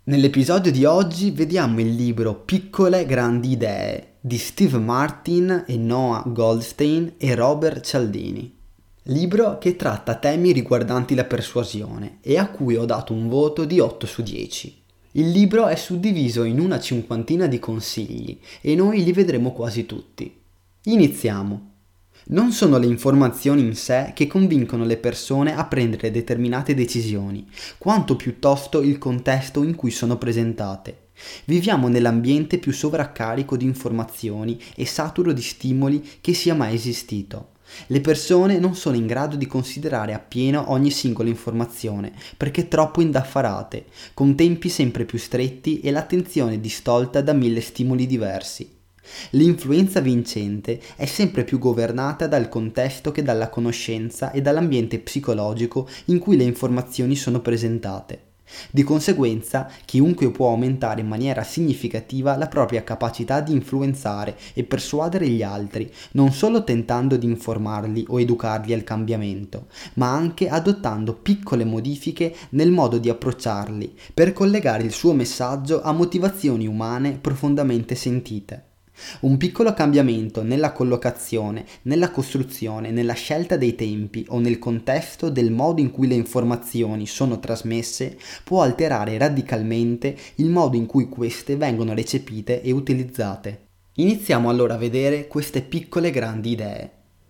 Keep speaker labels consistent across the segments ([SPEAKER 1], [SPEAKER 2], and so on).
[SPEAKER 1] Nell'episodio di oggi vediamo il libro Piccole grandi idee di Steve Martin e Noah Goldstein e Robert Cialdini. Libro che tratta temi riguardanti la persuasione e a cui ho dato un voto di 8 su 10. Il libro è suddiviso in una cinquantina di consigli e noi li vedremo quasi tutti. Iniziamo. Non sono le informazioni in sé che convincono le persone a prendere determinate decisioni, quanto piuttosto il contesto in cui sono presentate. Viviamo nell'ambiente più sovraccarico di informazioni e saturo di stimoli che sia mai esistito. Le persone non sono in grado di considerare appieno ogni singola informazione perché troppo indaffarate, con tempi sempre più stretti e l'attenzione distolta da 1000 stimoli diversi. L'influenza vincente è sempre più governata dal contesto che dalla conoscenza e dall'ambiente psicologico in cui le informazioni sono presentate. Di conseguenza, chiunque può aumentare in maniera significativa la propria capacità di influenzare e persuadere gli altri, non solo tentando di informarli o educarli al cambiamento, ma anche adottando piccole modifiche nel modo di approcciarli, per collegare il suo messaggio a motivazioni umane profondamente sentite. Un piccolo cambiamento nella collocazione, nella costruzione, nella scelta dei tempi o nel contesto del modo in cui le informazioni sono trasmesse può alterare radicalmente il modo in cui queste vengono recepite e utilizzate. Iniziamo allora a vedere queste piccole grandi idee.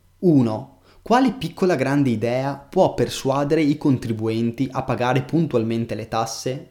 [SPEAKER 1] 1. Quale piccola grande idea può persuadere i contribuenti a pagare puntualmente le tasse?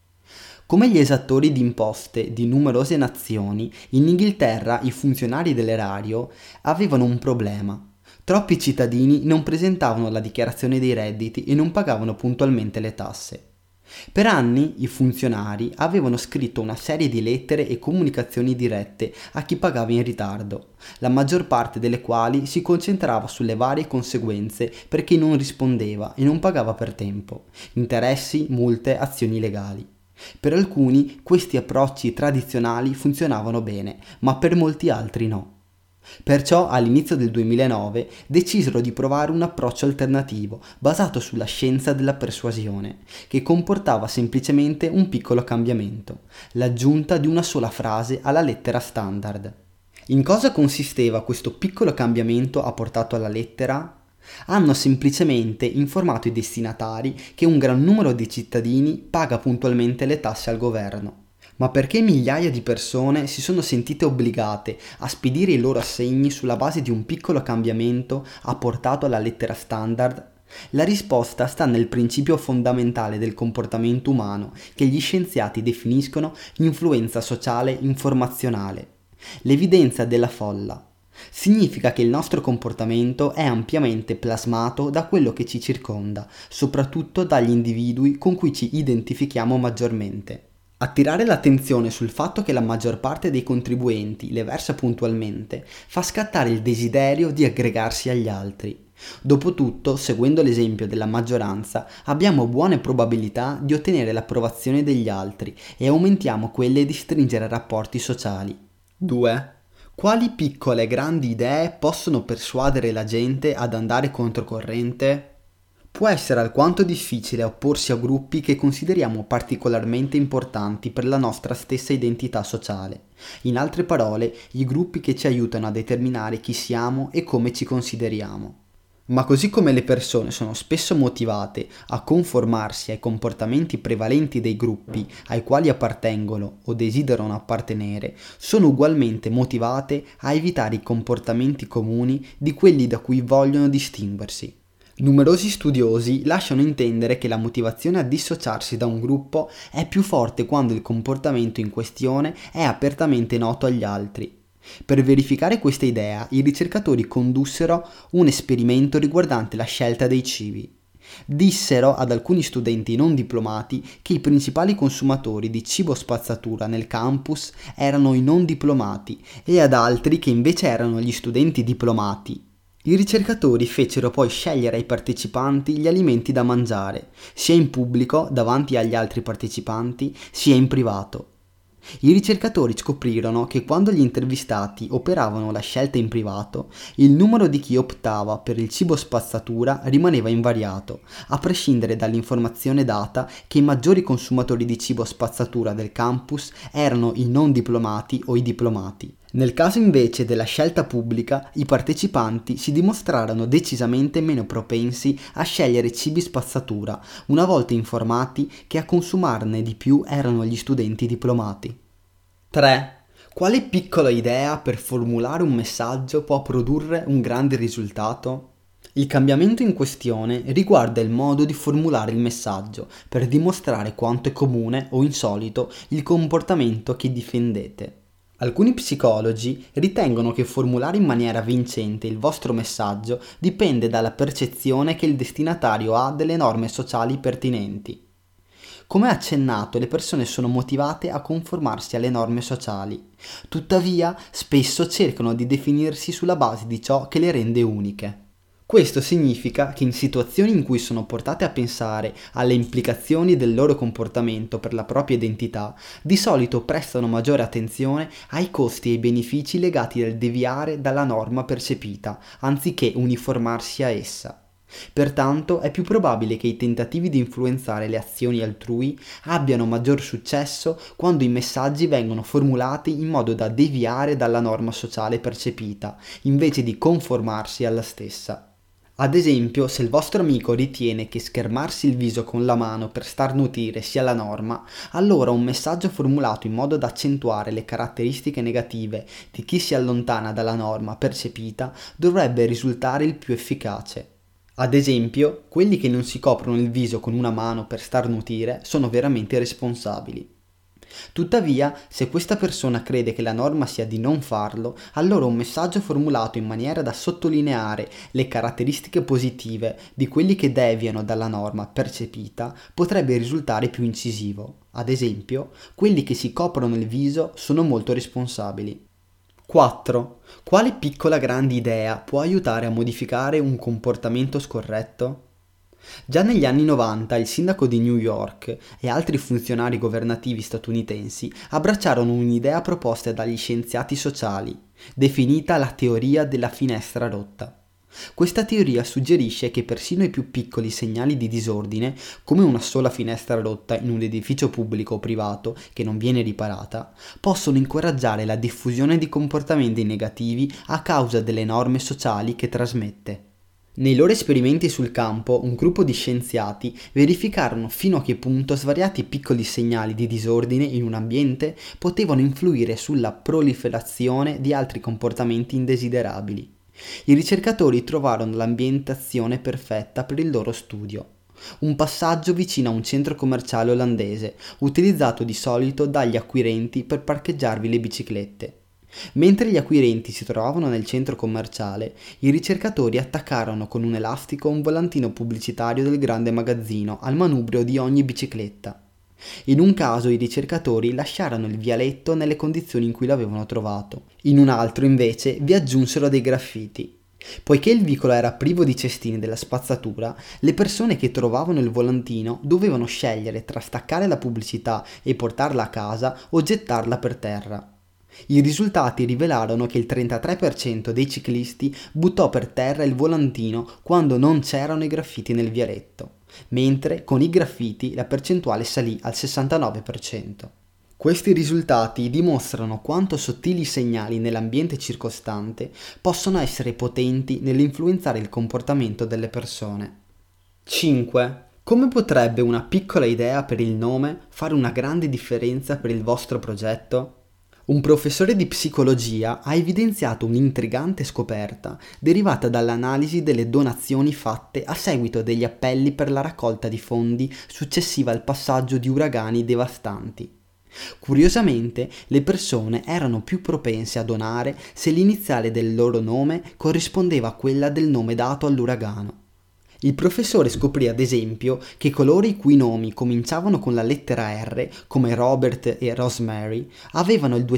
[SPEAKER 1] Come gli esattori di imposte di numerose nazioni, in Inghilterra i funzionari dell'erario avevano un problema. Troppi cittadini non presentavano la dichiarazione dei redditi e non pagavano puntualmente le tasse. Per anni i funzionari avevano scritto una serie di lettere e comunicazioni dirette a chi pagava in ritardo, la maggior parte delle quali si concentrava sulle varie conseguenze per chi non rispondeva e non pagava per tempo, interessi, multe, azioni legali. Per alcuni questi approcci tradizionali funzionavano bene, ma per molti altri no. Perciò all'inizio del 2009 decisero di provare un approccio alternativo basato sulla scienza della persuasione, che comportava semplicemente un piccolo cambiamento, l'aggiunta di una sola frase alla lettera standard. In cosa consisteva questo piccolo cambiamento apportato alla lettera? Hanno semplicemente informato i destinatari che un gran numero di cittadini paga puntualmente le tasse al governo. Ma perché migliaia di persone si sono sentite obbligate a spedire i loro assegni sulla base di un piccolo cambiamento apportato alla lettera standard? La risposta sta nel principio fondamentale del comportamento umano che gli scienziati definiscono influenza sociale informazionale, l'evidenza della folla. Significa che il nostro comportamento è ampiamente plasmato da quello che ci circonda, soprattutto dagli individui con cui ci identifichiamo maggiormente. Attirare l'attenzione sul fatto che la maggior parte dei contribuenti le versa puntualmente fa scattare il desiderio di aggregarsi agli altri. Dopotutto, seguendo l'esempio della maggioranza, abbiamo buone probabilità di ottenere l'approvazione degli altri e aumentiamo quelle di stringere rapporti sociali. 2. Quali piccole e grandi idee possono persuadere la gente ad andare controcorrente? Può essere alquanto difficile opporsi a gruppi che consideriamo particolarmente importanti per la nostra stessa identità sociale. In altre parole, i gruppi che ci aiutano a determinare chi siamo e come ci consideriamo. Ma così come le persone sono spesso motivate a conformarsi ai comportamenti prevalenti dei gruppi ai quali appartengono o desiderano appartenere, sono ugualmente motivate a evitare i comportamenti comuni di quelli da cui vogliono distinguersi. Numerosi studiosi lasciano intendere che la motivazione a dissociarsi da un gruppo è più forte quando il comportamento in questione è apertamente noto agli altri. Per verificare questa idea, i ricercatori condussero un esperimento riguardante la scelta dei cibi. Dissero ad alcuni studenti non diplomati che i principali consumatori di cibo spazzatura nel campus erano i non diplomati e ad altri che invece erano gli studenti diplomati. I ricercatori fecero poi scegliere ai partecipanti gli alimenti da mangiare, sia in pubblico davanti agli altri partecipanti, sia in privato. I ricercatori scoprirono che quando gli intervistati operavano la scelta in privato, il numero di chi optava per il cibo spazzatura rimaneva invariato, a prescindere dall'informazione data che i maggiori consumatori di cibo spazzatura del campus erano i non diplomati o i diplomati. Nel caso invece della scelta pubblica, i partecipanti si dimostrarono decisamente meno propensi a scegliere cibi spazzatura, una volta informati che a consumarne di più erano gli studenti diplomati. 3. Quale piccola idea per formulare un messaggio può produrre un grande risultato? Il cambiamento in questione riguarda il modo di formulare il messaggio per dimostrare quanto è comune o insolito il comportamento che difendete. Alcuni psicologi ritengono che formulare in maniera vincente il vostro messaggio dipende dalla percezione che il destinatario ha delle norme sociali pertinenti. Come accennato, le persone sono motivate a conformarsi alle norme sociali, tuttavia spesso cercano di definirsi sulla base di ciò che le rende uniche. Questo significa che in situazioni in cui sono portate a pensare alle implicazioni del loro comportamento per la propria identità, di solito prestano maggiore attenzione ai costi e ai benefici legati al deviare dalla norma percepita, anziché uniformarsi a essa. Pertanto è più probabile che i tentativi di influenzare le azioni altrui abbiano maggior successo quando i messaggi vengono formulati in modo da deviare dalla norma sociale percepita, invece di conformarsi alla stessa. Ad esempio, se il vostro amico ritiene che schermarsi il viso con la mano per starnutire sia la norma, allora un messaggio formulato in modo da accentuare le caratteristiche negative di chi si allontana dalla norma percepita dovrebbe risultare il più efficace. Ad esempio, quelli che non si coprono il viso con una mano per starnutire sono veramente responsabili. Tuttavia, se questa persona crede che la norma sia di non farlo, allora un messaggio formulato in maniera da sottolineare le caratteristiche positive di quelli che deviano dalla norma percepita potrebbe risultare più incisivo. Ad esempio, quelli che si coprono il viso sono molto responsabili. 4. Quale piccola grande idea può aiutare a modificare un comportamento scorretto? Già negli anni 90 il sindaco di New York e altri funzionari governativi statunitensi abbracciarono un'idea proposta dagli scienziati sociali, definita la teoria della finestra rotta. Questa teoria suggerisce che persino i più piccoli segnali di disordine, come una sola finestra rotta in un edificio pubblico o privato che non viene riparata, possono incoraggiare la diffusione di comportamenti negativi a causa delle norme sociali che trasmette. Nei loro esperimenti sul campo, un gruppo di scienziati verificarono fino a che punto svariati piccoli segnali di disordine in un ambiente potevano influire sulla proliferazione di altri comportamenti indesiderabili. I ricercatori trovarono l'ambientazione perfetta per il loro studio. Un passaggio vicino a un centro commerciale olandese, utilizzato di solito dagli acquirenti per parcheggiarvi le biciclette. Mentre gli acquirenti si trovavano nel centro commerciale, i ricercatori attaccarono con un elastico un volantino pubblicitario del grande magazzino al manubrio di ogni bicicletta. In un caso i ricercatori lasciarono il vialetto nelle condizioni in cui l'avevano trovato, in un altro invece vi aggiunsero dei graffiti. Poiché il vicolo era privo di cestini della spazzatura, le persone che trovavano il volantino dovevano scegliere tra staccare la pubblicità e portarla a casa o gettarla per terra. I risultati rivelarono che il 33% dei ciclisti buttò per terra il volantino quando non c'erano i graffiti nel vialetto, mentre con i graffiti la percentuale salì al 69%. Questi risultati dimostrano quanto sottili segnali nell'ambiente circostante possono essere potenti nell'influenzare il comportamento delle persone. 5. Come potrebbe una piccola idea per il nome fare una grande differenza per il vostro progetto? Un professore di psicologia ha evidenziato un'intrigante scoperta derivata dall'analisi delle donazioni fatte a seguito degli appelli per la raccolta di fondi successiva al passaggio di uragani devastanti. Curiosamente, le persone erano più propense a donare se l'iniziale del loro nome corrispondeva a quella del nome dato all'uragano. Il professore scoprì ad esempio che coloro i cui nomi cominciavano con la lettera R, come Robert e Rosemary, avevano il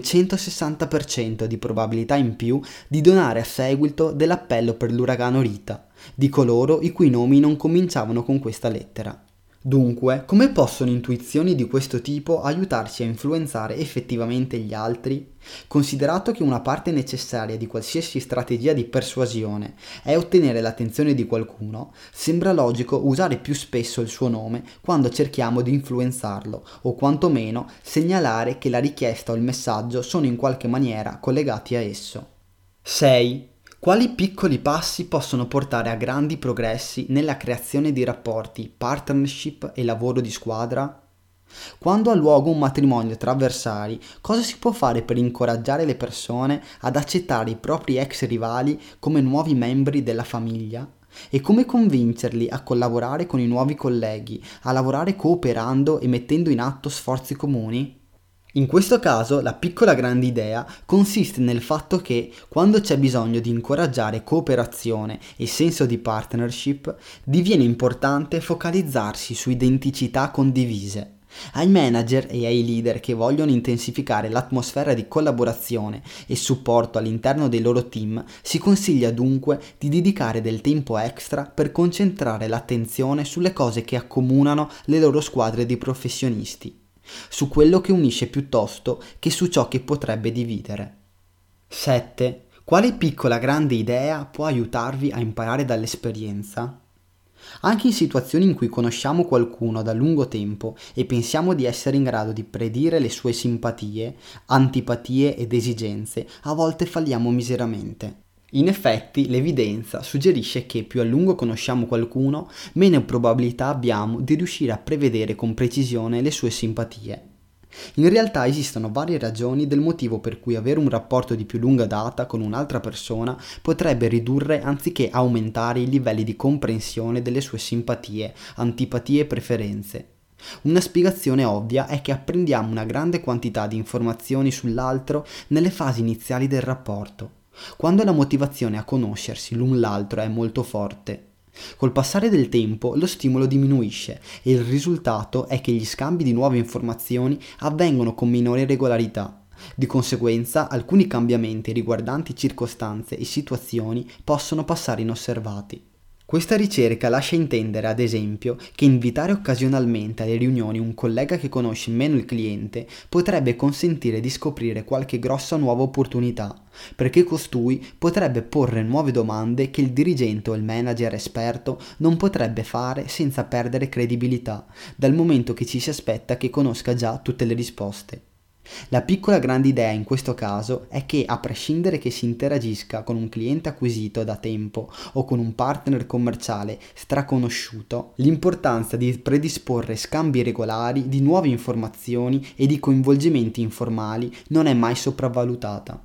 [SPEAKER 1] 260% di probabilità in più di donare a seguito dell'appello per l'uragano Rita, di coloro i cui nomi non cominciavano con questa lettera. Dunque, come possono intuizioni di questo tipo aiutarci a influenzare effettivamente gli altri? Considerato che una parte necessaria di qualsiasi strategia di persuasione è ottenere l'attenzione di qualcuno, sembra logico usare più spesso il suo nome quando cerchiamo di influenzarlo, o quantomeno segnalare che la richiesta o il messaggio sono in qualche maniera collegati a esso. 6. Quali piccoli passi possono portare a grandi progressi nella creazione di rapporti, partnership e lavoro di squadra? Quando ha luogo un matrimonio tra avversari, cosa si può fare per incoraggiare le persone ad accettare i propri ex rivali come nuovi membri della famiglia? E come convincerli a collaborare con i nuovi colleghi, a lavorare cooperando e mettendo in atto sforzi comuni? In questo caso la piccola grande idea consiste nel fatto che quando c'è bisogno di incoraggiare cooperazione e senso di partnership, diviene importante focalizzarsi su identità condivise. Ai manager e ai leader che vogliono intensificare l'atmosfera di collaborazione e supporto all'interno dei loro team, si consiglia dunque di dedicare del tempo extra per concentrare l'attenzione sulle cose che accomunano le loro squadre di professionisti, su quello che unisce piuttosto che su ciò che potrebbe dividere. 7. Quale piccola grande idea può aiutarvi a imparare dall'esperienza? Anche in situazioni in cui conosciamo qualcuno da lungo tempo e pensiamo di essere in grado di predire le sue simpatie, antipatie ed esigenze, a volte falliamo miseramente. In effetti, l'evidenza suggerisce che più a lungo conosciamo qualcuno, meno probabilità abbiamo di riuscire a prevedere con precisione le sue simpatie. In realtà esistono varie ragioni del motivo per cui avere un rapporto di più lunga data con un'altra persona potrebbe ridurre anziché aumentare i livelli di comprensione delle sue simpatie, antipatie e preferenze. Una spiegazione ovvia è che apprendiamo una grande quantità di informazioni sull'altro nelle fasi iniziali del rapporto, quando la motivazione a conoscersi l'un l'altro è molto forte. Col passare del tempo lo stimolo diminuisce e il risultato è che gli scambi di nuove informazioni avvengono con minore regolarità. Di conseguenza, alcuni cambiamenti riguardanti circostanze e situazioni possono passare inosservati. Questa ricerca lascia intendere, ad esempio, che invitare occasionalmente alle riunioni un collega che conosce meno il cliente potrebbe consentire di scoprire qualche grossa nuova opportunità, perché costui potrebbe porre nuove domande che il dirigente o il manager esperto non potrebbe fare senza perdere credibilità, dal momento che ci si aspetta che conosca già tutte le risposte. La piccola grande idea in questo caso è che, a prescindere che si interagisca con un cliente acquisito da tempo o con un partner commerciale straconosciuto, l'importanza di predisporre scambi regolari di nuove informazioni e di coinvolgimenti informali non è mai sopravvalutata.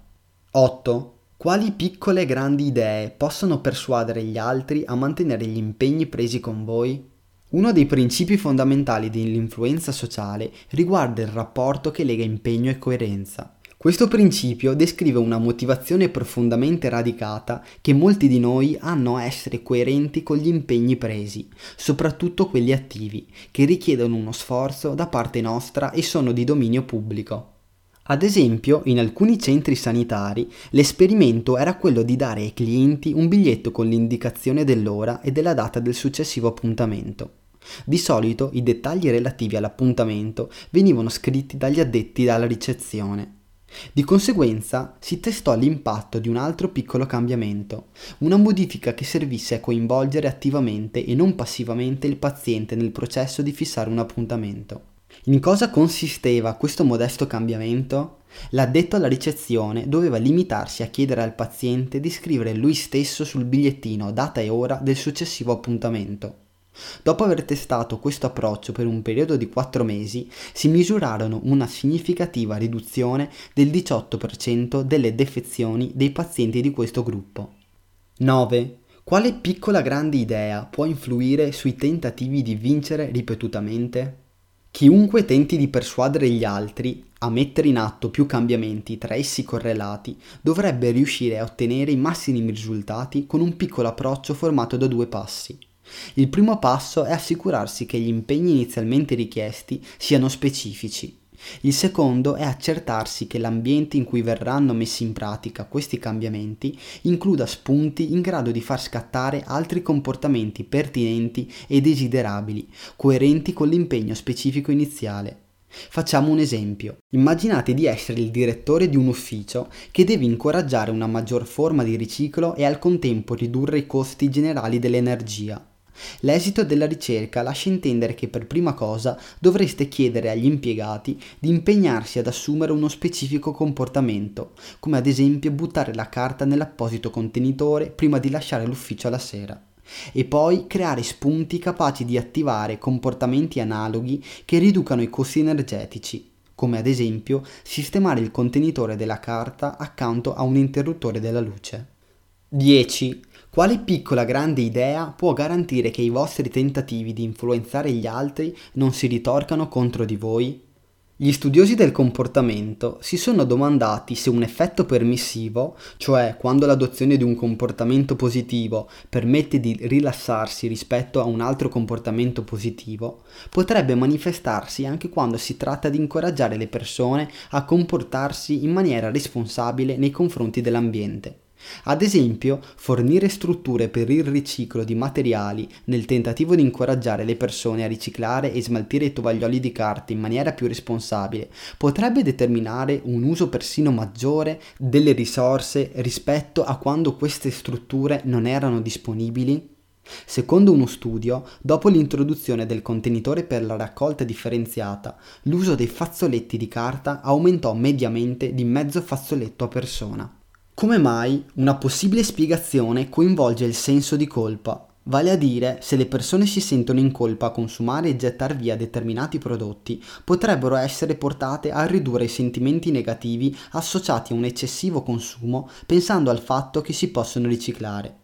[SPEAKER 1] 8. Quali piccole grandi idee possono persuadere gli altri a mantenere gli impegni presi con voi? Uno dei principi fondamentali dell'influenza sociale riguarda il rapporto che lega impegno e coerenza. Questo principio descrive una motivazione profondamente radicata che molti di noi hanno a essere coerenti con gli impegni presi, soprattutto quelli attivi, che richiedono uno sforzo da parte nostra e sono di dominio pubblico. Ad esempio, in alcuni centri sanitari, l'esperimento era quello di dare ai clienti un biglietto con l'indicazione dell'ora e della data del successivo appuntamento. Di solito i dettagli relativi all'appuntamento venivano scritti dagli addetti alla ricezione. Di conseguenza si testò l'impatto di un altro piccolo cambiamento, una modifica che servisse a coinvolgere attivamente e non passivamente il paziente nel processo di fissare un appuntamento. In cosa consisteva questo modesto cambiamento? L'addetto alla ricezione doveva limitarsi a chiedere al paziente di scrivere lui stesso sul bigliettino data e ora del successivo appuntamento. Dopo aver testato questo approccio per un periodo di 4 mesi, si misurarono una significativa riduzione del 18% delle defezioni dei pazienti di questo gruppo. 9. Quale piccola grande idea può influire sui tentativi di vincere ripetutamente? Chiunque tenti di persuadere gli altri a mettere in atto più cambiamenti tra essi correlati dovrebbe riuscire a ottenere i massimi risultati con un piccolo approccio formato da 2 passi. Il primo passo è assicurarsi che gli impegni inizialmente richiesti siano specifici. Il secondo è accertarsi che l'ambiente in cui verranno messi in pratica questi cambiamenti includa spunti in grado di far scattare altri comportamenti pertinenti e desiderabili, coerenti con l'impegno specifico iniziale. Facciamo un esempio. Immaginate di essere il direttore di un ufficio che deve incoraggiare una maggior forma di riciclo e al contempo ridurre i costi generali dell'energia. L'esito della ricerca lascia intendere che per prima cosa dovreste chiedere agli impiegati di impegnarsi ad assumere uno specifico comportamento, come ad esempio buttare la carta nell'apposito contenitore prima di lasciare l'ufficio alla sera, e poi creare spunti capaci di attivare comportamenti analoghi che riducano i costi energetici, come ad esempio sistemare il contenitore della carta accanto a un interruttore della luce. 10. Quale piccola grande idea può garantire che i vostri tentativi di influenzare gli altri non si ritorcano contro di voi? Gli studiosi del comportamento si sono domandati se un effetto permissivo, cioè quando l'adozione di un comportamento positivo permette di rilassarsi rispetto a un altro comportamento positivo, potrebbe manifestarsi anche quando si tratta di incoraggiare le persone a comportarsi in maniera responsabile nei confronti dell'ambiente. Ad esempio, fornire strutture per il riciclo di materiali nel tentativo di incoraggiare le persone a riciclare e smaltire i tovaglioli di carta in maniera più responsabile potrebbe determinare un uso persino maggiore delle risorse rispetto a quando queste strutture non erano disponibili. Secondo uno studio, dopo l'introduzione del contenitore per la raccolta differenziata, l'uso dei fazzoletti di carta aumentò mediamente di mezzo fazzoletto a persona. Come mai? Una possibile spiegazione coinvolge il senso di colpa, vale a dire se le persone si sentono in colpa a consumare e gettar via determinati prodotti, potrebbero essere portate a ridurre i sentimenti negativi associati a un eccessivo consumo pensando al fatto che si possono riciclare.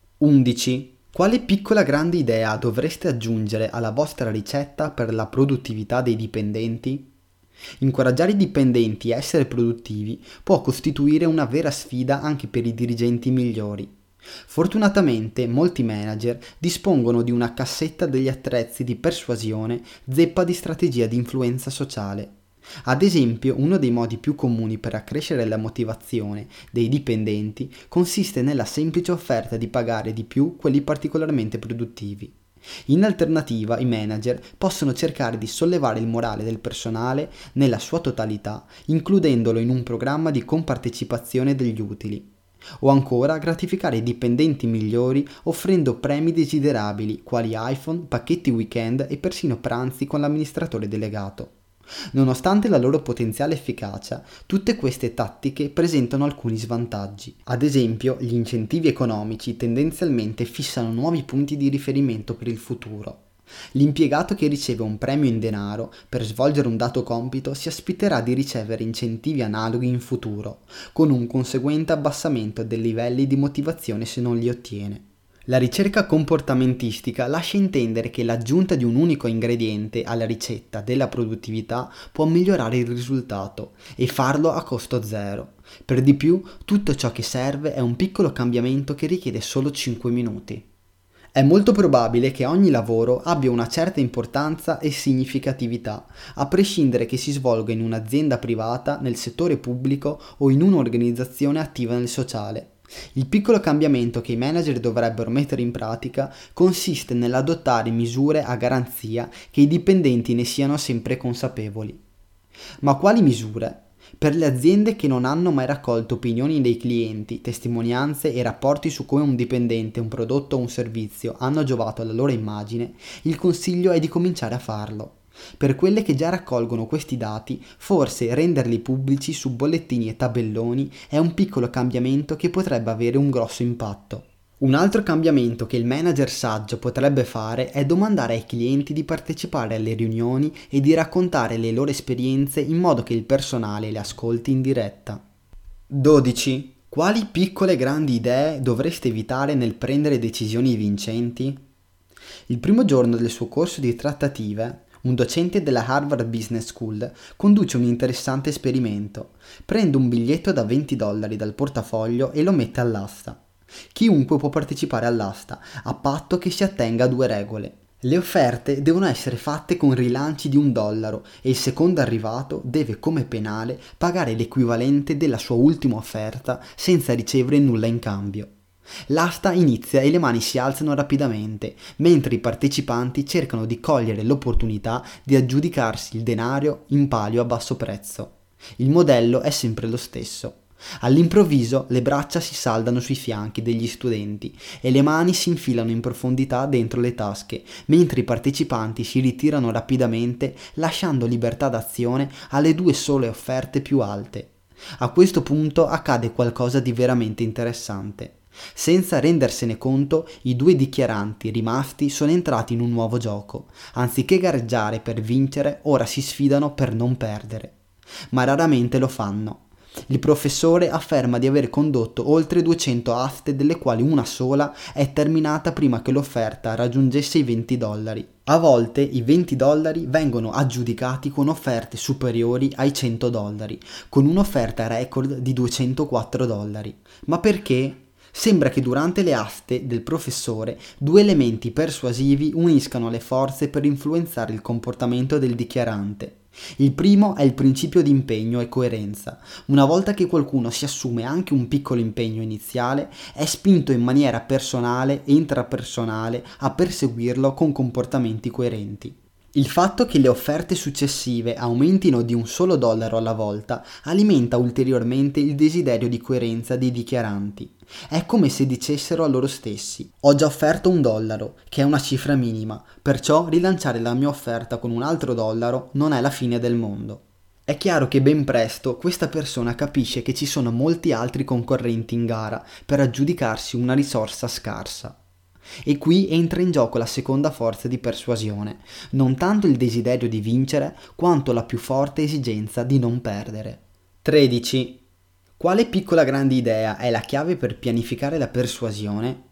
[SPEAKER 1] 11. Quale piccola grande idea dovreste aggiungere alla vostra ricetta per la produttività dei dipendenti? Incoraggiare i dipendenti a essere produttivi può costituire una vera sfida anche per i dirigenti migliori. Fortunatamente molti manager dispongono di una cassetta degli attrezzi di persuasione zeppa di strategia di influenza sociale. Ad esempio, uno dei modi più comuni per accrescere la motivazione dei dipendenti consiste nella semplice offerta di pagare di più quelli particolarmente produttivi. In alternativa, i manager possono cercare di sollevare il morale del personale nella sua totalità, includendolo in un programma di compartecipazione degli utili. O ancora gratificare i dipendenti migliori offrendo premi desiderabili quali iPhone, pacchetti weekend e persino pranzi con l'amministratore delegato. Nonostante la loro potenziale efficacia, tutte queste tattiche presentano alcuni svantaggi. Ad esempio, gli incentivi economici tendenzialmente fissano nuovi punti di riferimento per il futuro. L'impiegato che riceve un premio in denaro per svolgere un dato compito si aspetterà di ricevere incentivi analoghi in futuro, con un conseguente abbassamento dei livelli di motivazione se non li ottiene. La ricerca comportamentistica lascia intendere che l'aggiunta di un unico ingrediente alla ricetta della produttività può migliorare il risultato e farlo a costo zero. Per di più, tutto ciò che serve è un piccolo cambiamento che richiede solo 5 minuti. È molto probabile che ogni lavoro abbia una certa importanza e significatività, a prescindere che si svolga in un'azienda privata, nel settore pubblico o in un'organizzazione attiva nel sociale. Il piccolo cambiamento che i manager dovrebbero mettere in pratica consiste nell'adottare misure a garanzia che i dipendenti ne siano sempre consapevoli. Ma quali misure? Per le aziende che non hanno mai raccolto opinioni dei clienti, testimonianze e rapporti su come un dipendente, un prodotto o un servizio hanno giovato alla loro immagine, il consiglio è di cominciare a farlo. Per quelle che già raccolgono questi dati, forse renderli pubblici su bollettini e tabelloni è un piccolo cambiamento che potrebbe avere un grosso impatto. Un altro cambiamento che il manager saggio potrebbe fare è domandare ai clienti di partecipare alle riunioni e di raccontare le loro esperienze in modo che il personale le ascolti in diretta. 12. Quali piccole grandi idee dovreste evitare nel prendere decisioni vincenti? Il primo giorno del suo corso di trattative, un docente della Harvard Business School conduce un interessante esperimento. Prende un biglietto da $20 dal portafoglio e lo mette all'asta. Chiunque può partecipare all'asta, a patto che si attenga a 2 regole. Le offerte devono essere fatte con rilanci di $1 e il secondo arrivato deve come penale pagare l'equivalente della sua ultima offerta senza ricevere nulla in cambio. L'asta inizia e le mani si alzano rapidamente, mentre i partecipanti cercano di cogliere l'opportunità di aggiudicarsi il denario in palio a basso prezzo. Il modello è sempre lo stesso. All'improvviso le braccia si saldano sui fianchi degli studenti e le mani si infilano in profondità dentro le tasche, mentre i partecipanti si ritirano rapidamente lasciando libertà d'azione alle due sole offerte più alte. A questo punto accade qualcosa di veramente interessante. Senza rendersene conto, i due dichiaranti rimasti sono entrati in un nuovo gioco. Anziché gareggiare per vincere, ora si sfidano per non perdere. Ma raramente lo fanno. Il professore afferma di aver condotto oltre 200 aste, delle quali una sola è terminata prima che l'offerta raggiungesse i $20. A volte i $20 vengono aggiudicati con offerte superiori ai $100, con un'offerta record di $204. Ma perché? Sembra che durante le aste del professore due elementi persuasivi uniscano le forze per influenzare il comportamento del dichiarante. Il primo è il principio di impegno e coerenza. Una volta che qualcuno si assume anche un piccolo impegno iniziale, è spinto in maniera personale e intrapersonale a perseguirlo con comportamenti coerenti. Il fatto che le offerte successive aumentino di un solo dollaro alla volta alimenta ulteriormente il desiderio di coerenza dei dichiaranti. È come se dicessero a loro stessi: ho già offerto $1, che è una cifra minima, perciò rilanciare la mia offerta con un altro dollaro non è la fine del mondo. È chiaro che ben presto questa persona capisce che ci sono molti altri concorrenti in gara per aggiudicarsi una risorsa scarsa. E qui entra in gioco la seconda forza di persuasione, non tanto il desiderio di vincere quanto la più forte esigenza di non perdere. 13. Quale piccola grande idea è la chiave per pianificare la persuasione?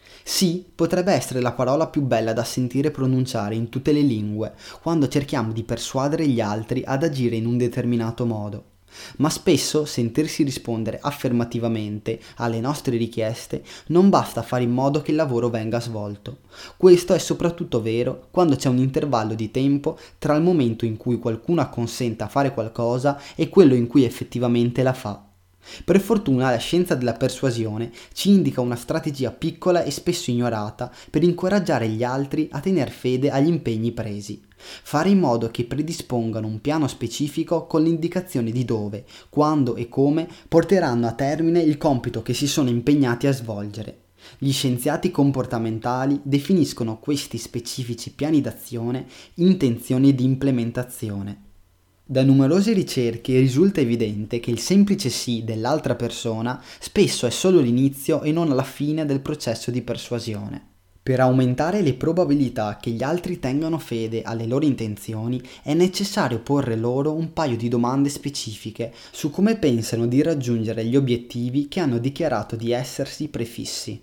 [SPEAKER 1] Sì, potrebbe essere la parola più bella da sentire pronunciare in tutte le lingue quando cerchiamo di persuadere gli altri ad agire in un determinato modo. Ma spesso sentirsi rispondere affermativamente alle nostre richieste non basta a fare in modo che il lavoro venga svolto. Questo è soprattutto vero quando c'è un intervallo di tempo tra il momento in cui qualcuno acconsente a fare qualcosa e quello in cui effettivamente la fa. Per fortuna la scienza della persuasione ci indica una strategia piccola e spesso ignorata per incoraggiare gli altri a tener fede agli impegni presi. Fare in modo che predispongano un piano specifico con l'indicazione di dove, quando e come porteranno a termine il compito che si sono impegnati a svolgere. Gli scienziati comportamentali definiscono questi specifici piani d'azione intenzioni di implementazione. Da numerose ricerche risulta evidente che il semplice sì dell'altra persona spesso è solo l'inizio e non la fine del processo di persuasione. Per aumentare le probabilità che gli altri tengano fede alle loro intenzioni è necessario porre loro un paio di domande specifiche su come pensano di raggiungere gli obiettivi che hanno dichiarato di essersi prefissi.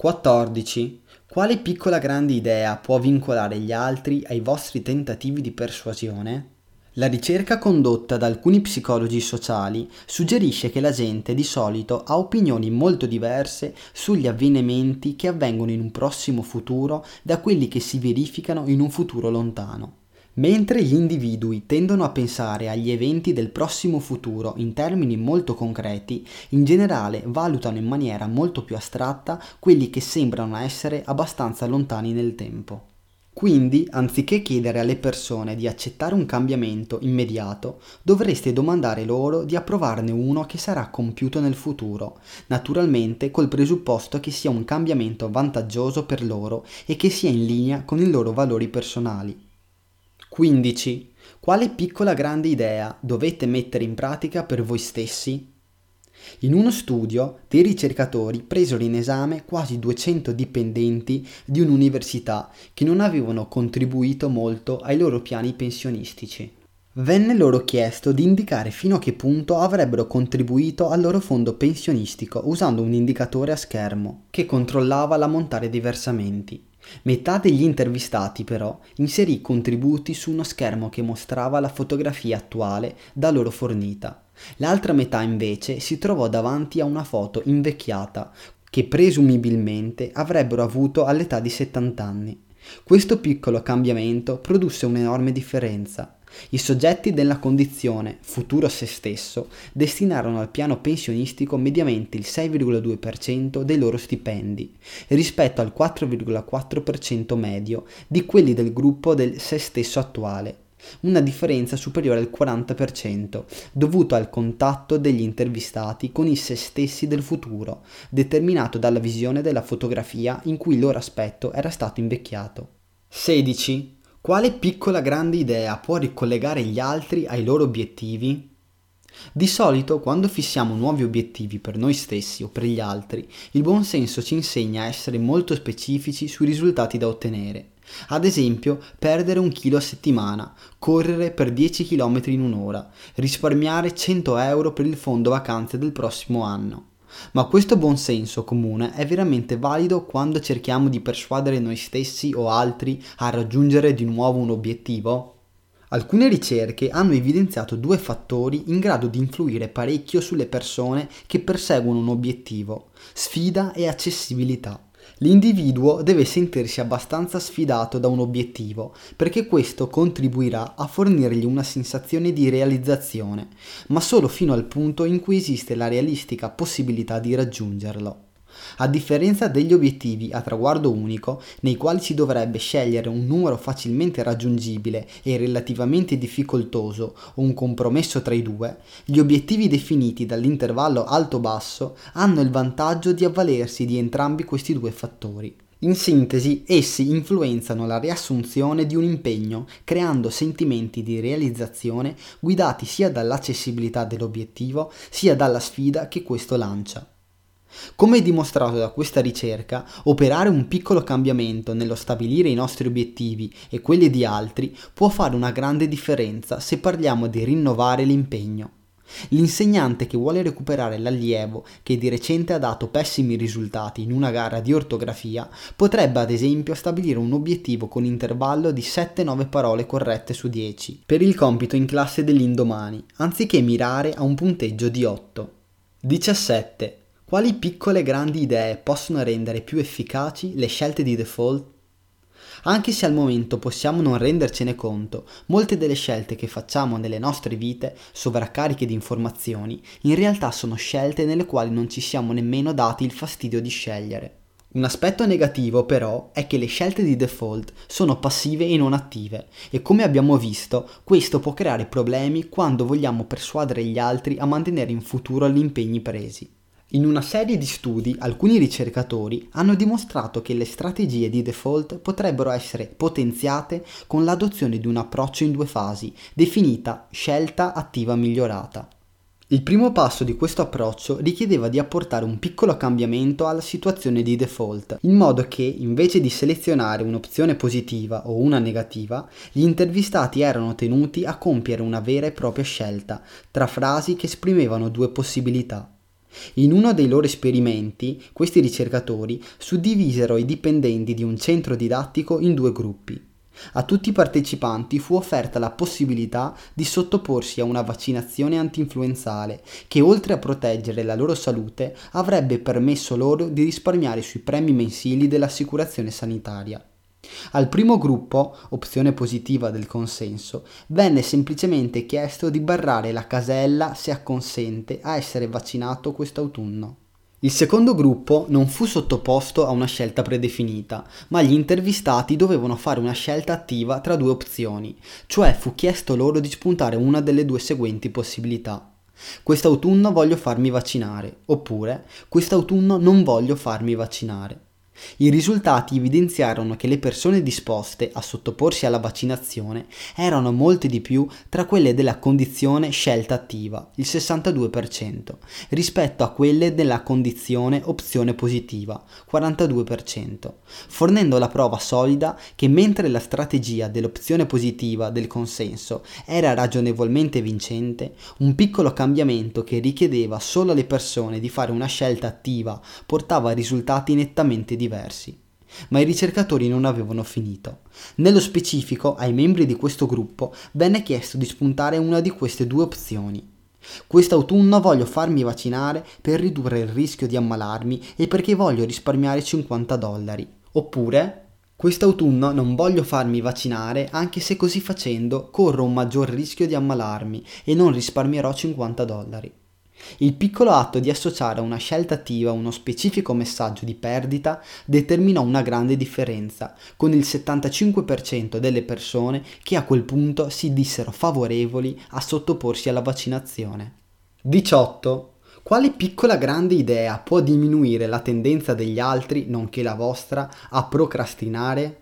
[SPEAKER 1] 14. Quale piccola grande idea può vincolare gli altri ai vostri tentativi di persuasione? La ricerca condotta da alcuni psicologi sociali suggerisce che la gente di solito ha opinioni molto diverse sugli avvenimenti che avvengono in un prossimo futuro da quelli che si verificano in un futuro lontano. Mentre gli individui tendono a pensare agli eventi del prossimo futuro in termini molto concreti, in generale valutano in maniera molto più astratta quelli che sembrano essere abbastanza lontani nel tempo. Quindi, anziché chiedere alle persone di accettare un cambiamento immediato, dovreste domandare loro di approvarne uno che sarà compiuto nel futuro, naturalmente col presupposto che sia un cambiamento vantaggioso per loro e che sia in linea con i loro valori personali. 15. Quale piccola grande idea dovete mettere in pratica per voi stessi? In uno studio, dei ricercatori presero in esame quasi 200 dipendenti di un'università che non avevano contribuito molto ai loro piani pensionistici. Venne loro chiesto di indicare fino a che punto avrebbero contribuito al loro fondo pensionistico usando un indicatore a schermo che controllava l'ammontare dei versamenti. Metà degli intervistati però inserì contributi su uno schermo che mostrava la fotografia attuale da loro fornita. L'altra metà invece si trovò davanti a una foto invecchiata che presumibilmente avrebbero avuto all'età di 70 anni. Questo piccolo cambiamento produsse un'enorme differenza. I soggetti della condizione futuro se stesso destinarono al piano pensionistico mediamente il 6,2% dei loro stipendi, rispetto al 4,4% medio di quelli del gruppo del se stesso attuale, una differenza superiore al 40%, dovuto al contatto degli intervistati con i se stessi del futuro, determinato dalla visione della fotografia in cui il loro aspetto era stato invecchiato. 16. Quale piccola grande idea può ricollegare gli altri ai loro obiettivi? Di solito, quando fissiamo nuovi obiettivi per noi stessi o per gli altri, il buon senso ci insegna a essere molto specifici sui risultati da ottenere. Ad esempio, perdere 1 chilo a settimana, correre per 10 km in un'ora, risparmiare 100 euro per il fondo vacanze del prossimo anno. Ma questo buon senso comune è veramente valido quando cerchiamo di persuadere noi stessi o altri a raggiungere di nuovo un obiettivo? Alcune ricerche hanno evidenziato 2 fattori in grado di influire parecchio sulle persone che perseguono un obiettivo: sfida e accessibilità. L'individuo deve sentirsi abbastanza sfidato da un obiettivo, perché questo contribuirà a fornirgli una sensazione di realizzazione, ma solo fino al punto in cui esiste la realistica possibilità di raggiungerlo. A differenza degli obiettivi a traguardo unico, nei quali si dovrebbe scegliere un numero facilmente raggiungibile e relativamente difficoltoso o un compromesso tra i due, gli obiettivi definiti dall'intervallo alto-basso hanno il vantaggio di avvalersi di entrambi questi 2 fattori. In sintesi, essi influenzano la riassunzione di un impegno, creando sentimenti di realizzazione guidati sia dall'accessibilità dell'obiettivo, sia dalla sfida che questo lancia. Come dimostrato da questa ricerca, operare un piccolo cambiamento nello stabilire i nostri obiettivi e quelli di altri può fare una grande differenza se parliamo di rinnovare l'impegno. L'insegnante che vuole recuperare l'allievo che di recente ha dato pessimi risultati in una gara di ortografia potrebbe ad esempio stabilire un obiettivo con intervallo di 7-9 parole corrette su 10 per il compito in classe dell'indomani, anziché mirare a un punteggio di 8. 17. Quali piccole grandi idee possono rendere più efficaci le scelte di default? Anche se al momento possiamo non rendercene conto, molte delle scelte che facciamo nelle nostre vite, sovraccariche di informazioni, in realtà sono scelte nelle quali non ci siamo nemmeno dati il fastidio di scegliere. Un aspetto negativo però è che le scelte di default sono passive e non attive e come abbiamo visto questo può creare problemi quando vogliamo persuadere gli altri a mantenere in futuro gli impegni presi. In una serie di studi, alcuni ricercatori hanno dimostrato che le strategie di default potrebbero essere potenziate con l'adozione di un approccio in 2 fasi, definita scelta attiva migliorata. Il primo passo di questo approccio richiedeva di apportare un piccolo cambiamento alla situazione di default, in modo che, invece di selezionare un'opzione positiva o una negativa, gli intervistati erano tenuti a compiere una vera e propria scelta, tra frasi che esprimevano 2 possibilità. In uno dei loro esperimenti, questi ricercatori suddivisero i dipendenti di un centro didattico in 2 gruppi. A tutti i partecipanti fu offerta la possibilità di sottoporsi a una vaccinazione antinfluenzale che, oltre a proteggere la loro salute, avrebbe permesso loro di risparmiare sui premi mensili dell'assicurazione sanitaria. Al primo gruppo, opzione positiva del consenso, venne semplicemente chiesto di barrare la casella se acconsente a essere vaccinato quest'autunno. Il secondo gruppo non fu sottoposto a una scelta predefinita, ma gli intervistati dovevano fare una scelta attiva tra 2 opzioni, cioè fu chiesto loro di spuntare una delle 2 seguenti possibilità. Quest'autunno voglio farmi vaccinare, oppure quest'autunno non voglio farmi vaccinare. I risultati evidenziarono che le persone disposte a sottoporsi alla vaccinazione erano molte di più tra quelle della condizione scelta attiva, il 62%, rispetto a quelle della condizione opzione positiva, 42%, fornendo la prova solida che mentre la strategia dell'opzione positiva del consenso era ragionevolmente vincente, un piccolo cambiamento che richiedeva solo alle persone di fare una scelta attiva portava a risultati nettamente diversi. Ma i ricercatori non avevano finito. Nello specifico, ai membri di questo gruppo venne chiesto di spuntare una di queste 2 opzioni. Quest'autunno voglio farmi vaccinare per ridurre il rischio di ammalarmi e perché voglio risparmiare $50. Oppure, Quest'autunno non voglio farmi vaccinare, anche se così facendo corro un maggior rischio di ammalarmi e non risparmierò $50. Il piccolo atto di associare a una scelta attiva uno specifico messaggio di perdita determinò una grande differenza, con il 75% delle persone che a quel punto si dissero favorevoli a sottoporsi alla vaccinazione. 18. Quale piccola grande idea può diminuire la tendenza degli altri, nonché la vostra, a procrastinare?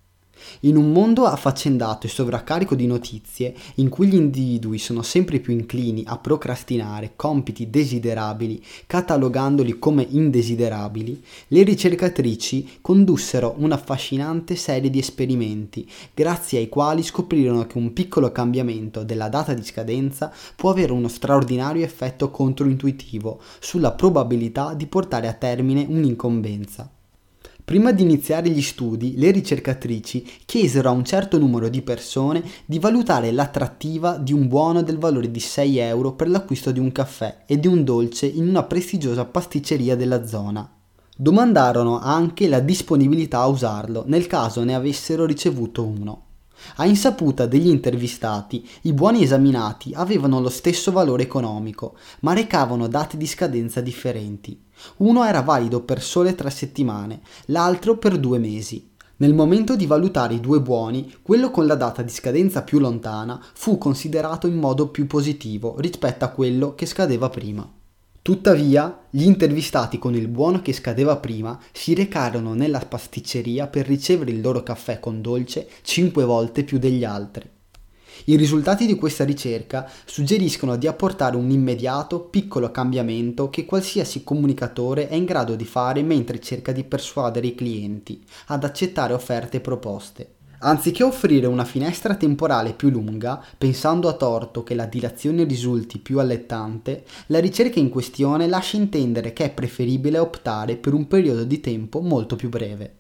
[SPEAKER 1] In un mondo affaccendato e sovraccarico di notizie, in cui gli individui sono sempre più inclini a procrastinare compiti desiderabili, catalogandoli come indesiderabili, le ricercatrici condussero un'affascinante serie di esperimenti, grazie ai quali scoprirono che un piccolo cambiamento della data di scadenza può avere uno straordinario effetto controintuitivo sulla probabilità di portare a termine un'incombenza. Prima di iniziare gli studi, le ricercatrici chiesero a un certo numero di persone di valutare l'attrattiva di un buono del valore di 6 euro per l'acquisto di un caffè e di un dolce in una prestigiosa pasticceria della zona. Domandarono anche la disponibilità a usarlo nel caso ne avessero ricevuto uno. A insaputa degli intervistati, i buoni esaminati avevano lo stesso valore economico, ma recavano date di scadenza differenti. Uno era valido per sole 3 settimane, l'altro per 2 mesi. Nel momento di valutare i due buoni, quello con la data di scadenza più lontana fu considerato in modo più positivo rispetto a quello che scadeva prima. Tuttavia, gli intervistati con il buono che scadeva prima si recarono nella pasticceria per ricevere il loro caffè con dolce 5 volte più degli altri. I risultati di questa ricerca suggeriscono di apportare un immediato, piccolo cambiamento che qualsiasi comunicatore è in grado di fare mentre cerca di persuadere i clienti ad accettare offerte e proposte. Anziché offrire una finestra temporale più lunga, pensando a torto che la dilazione risulti più allettante, la ricerca in questione lascia intendere che è preferibile optare per un periodo di tempo molto più breve.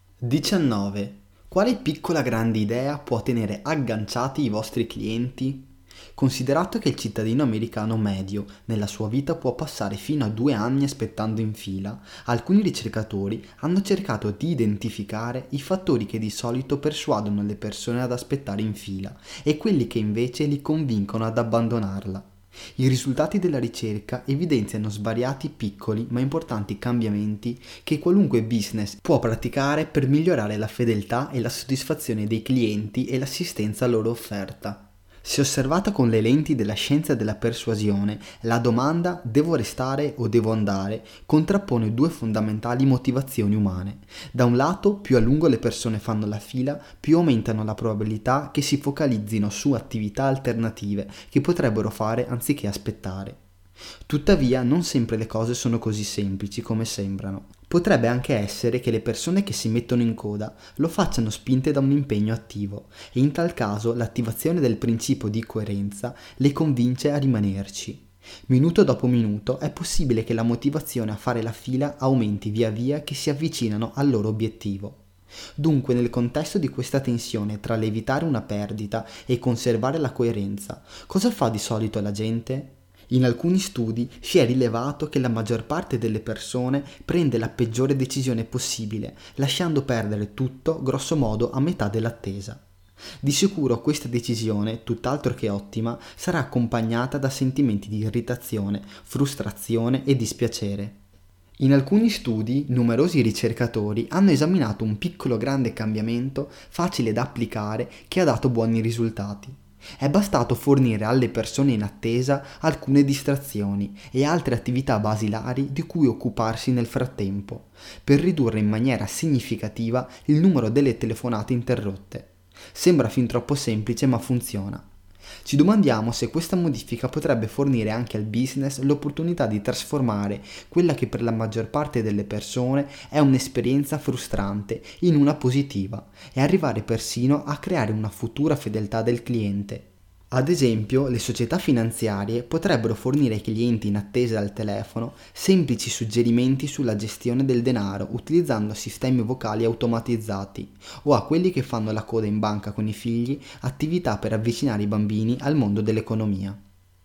[SPEAKER 1] 19. Quale piccola grande idea può tenere agganciati i vostri clienti? Considerato che il cittadino americano medio nella sua vita può passare fino a 2 anni aspettando in fila, alcuni ricercatori hanno cercato di identificare i fattori che di solito persuadono le persone ad aspettare in fila e quelli che invece li convincono ad abbandonarla. I risultati della ricerca evidenziano svariati piccoli ma importanti cambiamenti che qualunque business può praticare per migliorare la fedeltà e la soddisfazione dei clienti e l'assistenza loro offerta. Se osservata con le lenti della scienza della persuasione, la domanda "devo restare o devo andare" contrappone 2 fondamentali motivazioni umane. Da un lato, più a lungo le persone fanno la fila, più aumentano la probabilità che si focalizzino su attività alternative che potrebbero fare anziché aspettare. Tuttavia, non sempre le cose sono così semplici come sembrano. Potrebbe anche essere che le persone che si mettono in coda lo facciano spinte da un impegno attivo e in tal caso l'attivazione del principio di coerenza le convince a rimanerci. Minuto dopo minuto è possibile che la motivazione a fare la fila aumenti via via che si avvicinano al loro obiettivo. Dunque, nel contesto di questa tensione tra l'evitare una perdita e conservare la coerenza, cosa fa di solito la gente? In alcuni studi si è rilevato che la maggior parte delle persone prende la peggiore decisione possibile, lasciando perdere tutto, grosso modo, a metà dell'attesa. Di sicuro questa decisione, tutt'altro che ottima, sarà accompagnata da sentimenti di irritazione, frustrazione e dispiacere. In alcuni studi, numerosi ricercatori hanno esaminato un piccolo grande cambiamento facile da applicare che ha dato buoni risultati. È bastato fornire alle persone in attesa alcune distrazioni e altre attività basilari di cui occuparsi nel frattempo, per ridurre in maniera significativa il numero delle telefonate interrotte. Sembra fin troppo semplice, ma funziona. Ci domandiamo se questa modifica potrebbe fornire anche al business l'opportunità di trasformare quella che per la maggior parte delle persone è un'esperienza frustrante in una positiva e arrivare persino a creare una futura fedeltà del cliente. Ad esempio, le società finanziarie potrebbero fornire ai clienti in attesa al telefono semplici suggerimenti sulla gestione del denaro utilizzando sistemi vocali automatizzati, o a quelli che fanno la coda in banca con i figli attività per avvicinare i bambini al mondo dell'economia.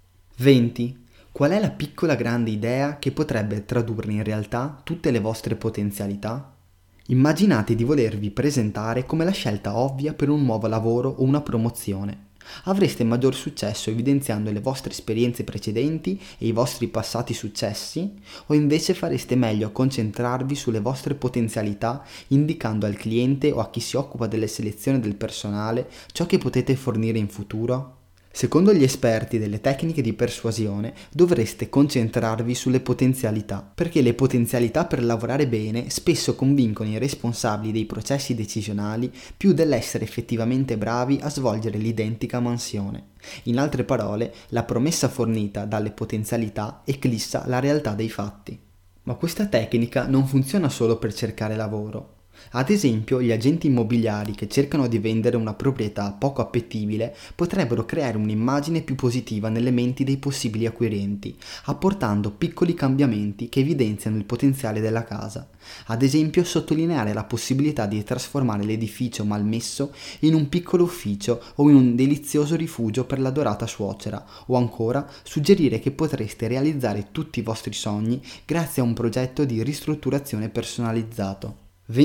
[SPEAKER 1] 20. Qual è la piccola grande idea che potrebbe tradurre in realtà tutte le vostre potenzialità? Immaginate di volervi presentare come la scelta ovvia per un nuovo lavoro o una promozione. Avreste maggior successo evidenziando le vostre esperienze precedenti e i vostri passati successi, o invece fareste meglio a concentrarvi sulle vostre potenzialità, indicando al cliente o a chi si occupa delle selezioni del personale ciò che potete fornire in futuro? Secondo gli esperti delle tecniche di persuasione, dovreste concentrarvi sulle potenzialità, perché le potenzialità per lavorare bene spesso convincono i responsabili dei processi decisionali più dell'essere effettivamente bravi a svolgere l'identica mansione. In altre parole, la promessa fornita dalle potenzialità eclissa la realtà dei fatti. Ma questa tecnica non funziona solo per cercare lavoro. Ad esempio, gli agenti immobiliari che cercano di vendere una proprietà poco appetibile potrebbero creare un'immagine più positiva nelle menti dei possibili acquirenti, apportando piccoli cambiamenti che evidenziano il potenziale della casa. Ad esempio, sottolineare la possibilità di trasformare l'edificio malmesso in un piccolo ufficio o in un delizioso rifugio per l'adorata suocera, o ancora suggerire che potreste realizzare tutti i vostri sogni grazie a un progetto di ristrutturazione personalizzato.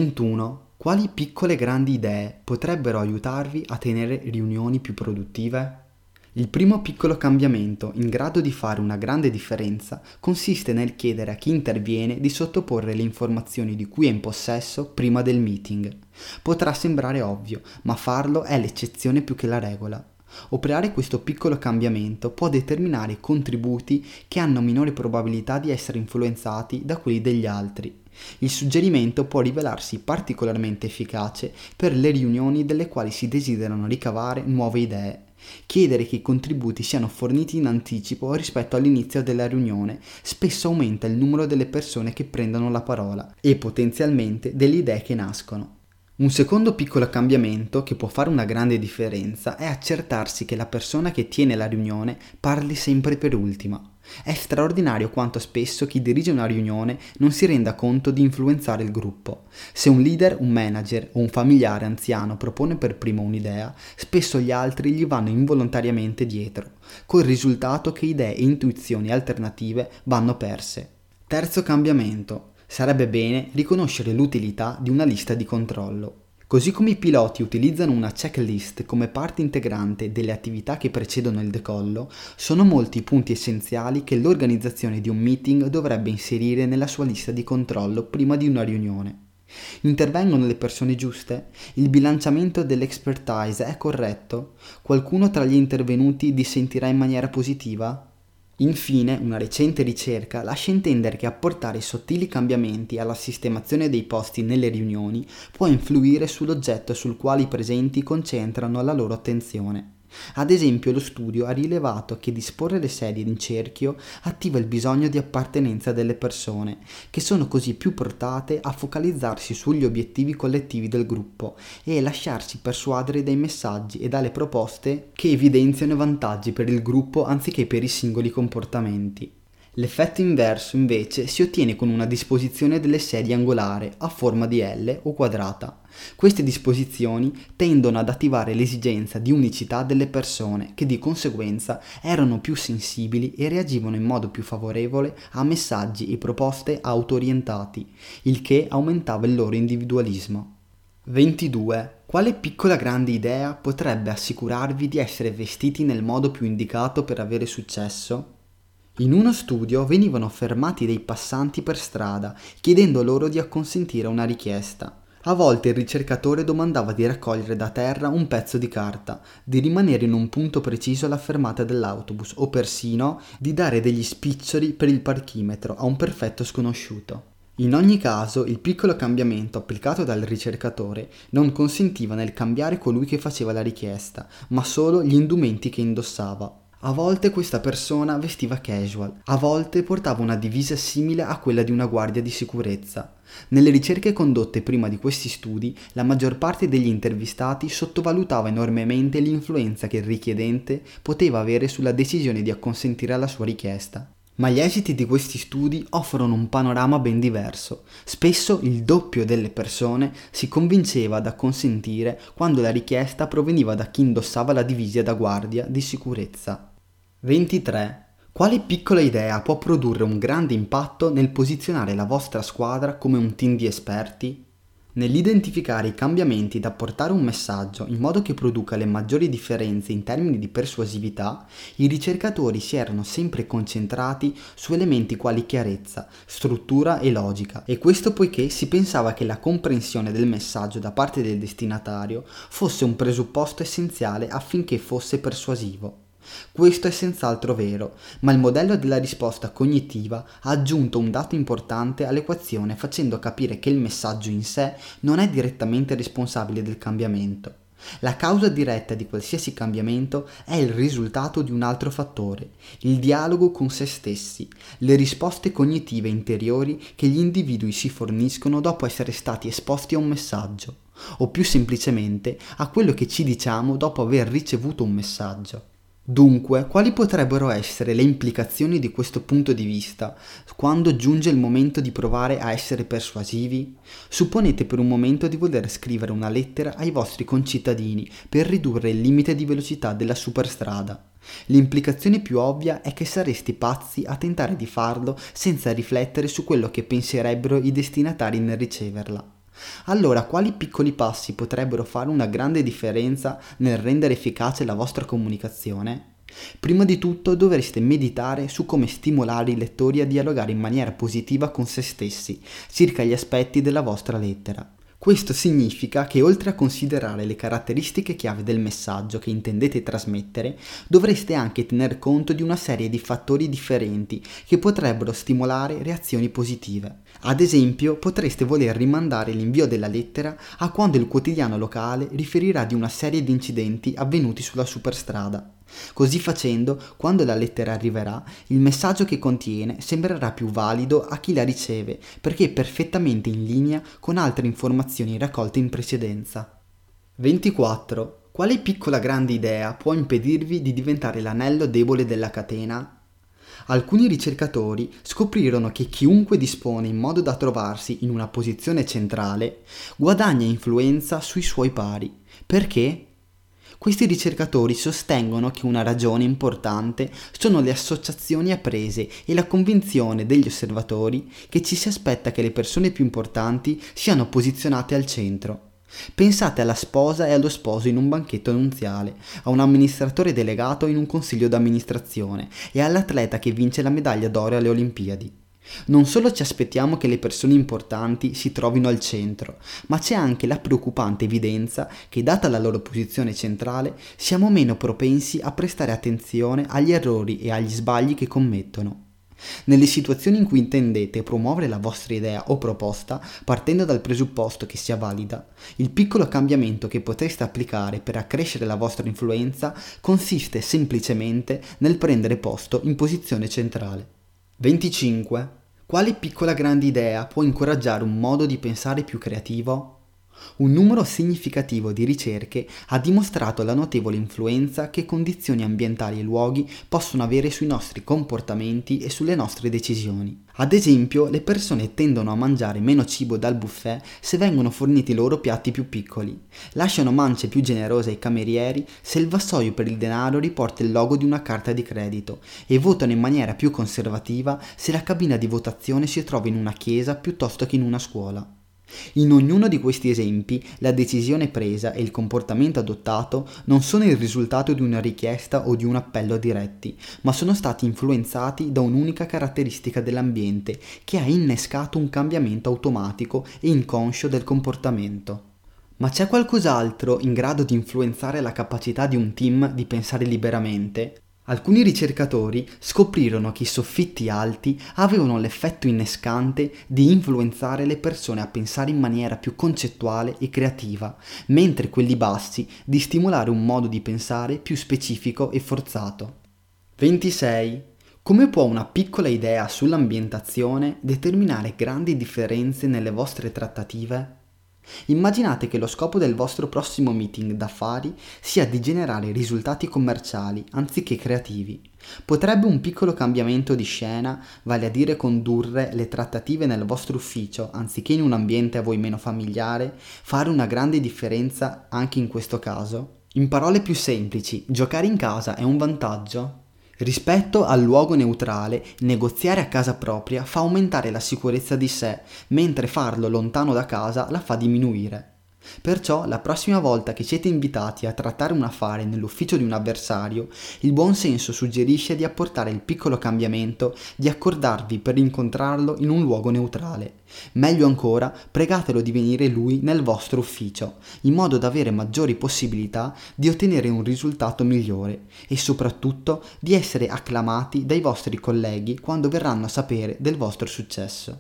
[SPEAKER 1] 21. Quali piccole grandi idee potrebbero aiutarvi a tenere riunioni più produttive? Il primo piccolo cambiamento in grado di fare una grande differenza consiste nel chiedere a chi interviene di sottoporre le informazioni di cui è in possesso prima del meeting. Potrà sembrare ovvio, ma farlo è l'eccezione più che la regola. Operare questo piccolo cambiamento può determinare contributi che hanno minore probabilità di essere influenzati da quelli degli altri. Il suggerimento può rivelarsi particolarmente efficace per le riunioni delle quali si desiderano ricavare nuove idee. Chiedere che i contributi siano forniti in anticipo rispetto all'inizio della riunione spesso aumenta il numero delle persone che prendono la parola e potenzialmente delle idee che nascono. Un secondo piccolo cambiamento che può fare una grande differenza è accertarsi che la persona che tiene la riunione parli sempre per ultima. È straordinario quanto spesso chi dirige una riunione non si renda conto di influenzare il gruppo. Se un leader, un manager o un familiare anziano propone per primo un'idea, spesso gli altri gli vanno involontariamente dietro, col risultato che idee e intuizioni alternative vanno perse. Terzo cambiamento. Sarebbe bene riconoscere l'utilità di una lista di controllo. Così come i piloti utilizzano una checklist come parte integrante delle attività che precedono il decollo, sono molti i punti essenziali che l'organizzazione di un meeting dovrebbe inserire nella sua lista di controllo prima di una riunione. Intervengono le persone giuste? Il bilanciamento dell'expertise è corretto? Qualcuno tra gli intervenuti dissentirà in maniera positiva? Infine, una recente ricerca lascia intendere che apportare sottili cambiamenti alla sistemazione dei posti nelle riunioni può influire sull'oggetto sul quale i presenti concentrano la loro attenzione. Ad esempio, lo studio ha rilevato che disporre le sedie in cerchio attiva il bisogno di appartenenza delle persone, che sono così più portate a focalizzarsi sugli obiettivi collettivi del gruppo e lasciarsi persuadere dai messaggi e dalle proposte che evidenziano vantaggi per il gruppo anziché per i singoli comportamenti. L'effetto inverso invece si ottiene con una disposizione delle sedie angolare a forma di L o quadrata. Queste disposizioni tendono ad attivare l'esigenza di unicità delle persone che di conseguenza erano più sensibili e reagivano in modo più favorevole a messaggi e proposte auto-orientati, il che aumentava il loro individualismo. 22. Quale piccola grande idea potrebbe assicurarvi di essere vestiti nel modo più indicato per avere successo? In uno studio venivano fermati dei passanti per strada, chiedendo loro di acconsentire a una richiesta. A volte il ricercatore domandava di raccogliere da terra un pezzo di carta, di rimanere in un punto preciso alla fermata dell'autobus o persino di dare degli spiccioli per il parchimetro a un perfetto sconosciuto. In ogni caso, il piccolo cambiamento applicato dal ricercatore non consentiva nel cambiare colui che faceva la richiesta, ma solo gli indumenti che indossava. A volte questa persona vestiva casual, a volte portava una divisa simile a quella di una guardia di sicurezza. Nelle ricerche condotte prima di questi studi, la maggior parte degli intervistati sottovalutava enormemente l'influenza che il richiedente poteva avere sulla decisione di acconsentire alla sua richiesta. Ma gli esiti di questi studi offrono un panorama ben diverso. Spesso il doppio delle persone si convinceva ad acconsentire quando la richiesta proveniva da chi indossava la divisa da guardia di sicurezza. 23. Quale piccola idea può produrre un grande impatto nel posizionare la vostra squadra come un team di esperti? Nell'identificare i cambiamenti da portare a un messaggio in modo che produca le maggiori differenze in termini di persuasività, i ricercatori si erano sempre concentrati su elementi quali chiarezza, struttura e logica, e questo poiché si pensava che la comprensione del messaggio da parte del destinatario fosse un presupposto essenziale affinché fosse persuasivo. Questo è senz'altro vero, ma il modello della risposta cognitiva ha aggiunto un dato importante all'equazione facendo capire che il messaggio in sé non è direttamente responsabile del cambiamento. La causa diretta di qualsiasi cambiamento è il risultato di un altro fattore, il dialogo con se stessi, le risposte cognitive interiori che gli individui si forniscono dopo essere stati esposti a un messaggio, o più semplicemente a quello che ci diciamo dopo aver ricevuto un messaggio. Dunque, quali potrebbero essere le implicazioni di questo punto di vista quando giunge il momento di provare a essere persuasivi? Supponete per un momento di voler scrivere una lettera ai vostri concittadini per ridurre il limite di velocità della superstrada. L'implicazione più ovvia è che sareste pazzi a tentare di farlo senza riflettere su quello che penserebbero i destinatari nel riceverla. Allora, quali piccoli passi potrebbero fare una grande differenza nel rendere efficace la vostra comunicazione? Prima di tutto dovreste meditare su come stimolare i lettori a dialogare in maniera positiva con se stessi circa gli aspetti della vostra lettera. Questo significa che oltre a considerare le caratteristiche chiave del messaggio che intendete trasmettere, dovreste anche tener conto di una serie di fattori differenti che potrebbero stimolare reazioni positive. Ad esempio, potreste voler rimandare l'invio della lettera a quando il quotidiano locale riferirà di una serie di incidenti avvenuti sulla superstrada. Così facendo, quando la lettera arriverà, il messaggio che contiene sembrerà più valido a chi la riceve, perché è perfettamente in linea con altre informazioni raccolte in precedenza. 24. Quale piccola grande idea può impedirvi di diventare l'anello debole della catena? Alcuni ricercatori scoprirono che chiunque dispone in modo da trovarsi in una posizione centrale guadagna influenza sui suoi pari. Perché? Questi ricercatori sostengono che una ragione importante sono le associazioni apprese e la convinzione degli osservatori che ci si aspetta che le persone più importanti siano posizionate al centro. Pensate alla sposa e allo sposo in un banchetto nuziale, a un amministratore delegato in un consiglio d'amministrazione e all'atleta che vince la medaglia d'oro alle Olimpiadi. Non solo ci aspettiamo che le persone importanti si trovino al centro, ma c'è anche la preoccupante evidenza che, data la loro posizione centrale, siamo meno propensi a prestare attenzione agli errori e agli sbagli che commettono. Nelle situazioni in cui intendete promuovere la vostra idea o proposta, partendo dal presupposto che sia valida, il piccolo cambiamento che potreste applicare per accrescere la vostra influenza consiste semplicemente nel prendere posto in posizione centrale. 25. Quale piccola grande idea può incoraggiare un modo di pensare più creativo? Un numero significativo di ricerche ha dimostrato la notevole influenza che condizioni ambientali e luoghi possono avere sui nostri comportamenti e sulle nostre decisioni. Ad esempio, le persone tendono a mangiare meno cibo dal buffet se vengono forniti loro piatti più piccoli. Lasciano mance più generose ai camerieri se il vassoio per il denaro riporta il logo di una carta di credito e votano in maniera più conservativa se la cabina di votazione si trova in una chiesa piuttosto che in una scuola. In ognuno di questi esempi, la decisione presa e il comportamento adottato non sono il risultato di una richiesta o di un appello diretti, ma sono stati influenzati da un'unica caratteristica dell'ambiente che ha innescato un cambiamento automatico e inconscio del comportamento. Ma c'è qualcos'altro in grado di influenzare la capacità di un team di pensare liberamente? Alcuni ricercatori scoprirono che i soffitti alti avevano l'effetto innescante di influenzare le persone a pensare in maniera più concettuale e creativa, mentre quelli bassi di stimolare un modo di pensare più specifico e forzato. 26. Come può una piccola idea sull'ambientazione determinare grandi differenze nelle vostre trattative? Immaginate che lo scopo del vostro prossimo meeting d'affari sia di generare risultati commerciali anziché creativi. Potrebbe un piccolo cambiamento di scena, vale a dire condurre le trattative nel vostro ufficio anziché in un ambiente a voi meno familiare, fare una grande differenza anche in questo caso? In parole più semplici, giocare in casa è un vantaggio? Rispetto al luogo neutrale, negoziare a casa propria fa aumentare la sicurezza di sé, mentre farlo lontano da casa la fa diminuire. Perciò, la prossima volta che siete invitati a trattare un affare nell'ufficio di un avversario, il buon senso suggerisce di apportare il piccolo cambiamento di accordarvi per incontrarlo in un luogo neutrale. Meglio ancora, pregatelo di venire lui nel vostro ufficio, in modo da avere maggiori possibilità di ottenere un risultato migliore e soprattutto di essere acclamati dai vostri colleghi quando verranno a sapere del vostro successo.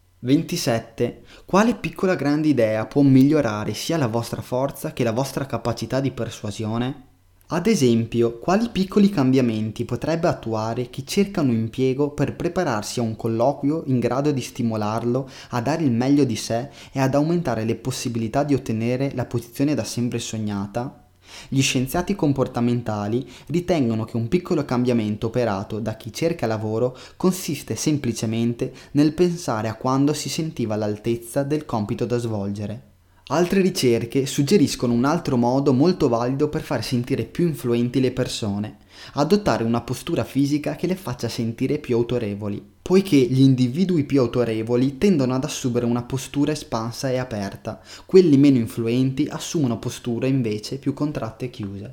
[SPEAKER 1] 27. Quale piccola grande idea può migliorare sia la vostra forza che la vostra capacità di persuasione? Ad esempio, quali piccoli cambiamenti potrebbe attuare chi cerca un impiego per prepararsi a un colloquio in grado di stimolarlo a dare il meglio di sé e ad aumentare le possibilità di ottenere la posizione da sempre sognata? Gli scienziati comportamentali ritengono che un piccolo cambiamento operato da chi cerca lavoro consiste semplicemente nel pensare a quando si sentiva all'altezza del compito da svolgere. Altre ricerche suggeriscono un altro modo molto valido per far sentire più influenti le persone: adottare una postura fisica che le faccia sentire più autorevoli, poiché gli individui più autorevoli tendono ad assumere una postura espansa e aperta, quelli meno influenti assumono posture invece più contratte e chiuse.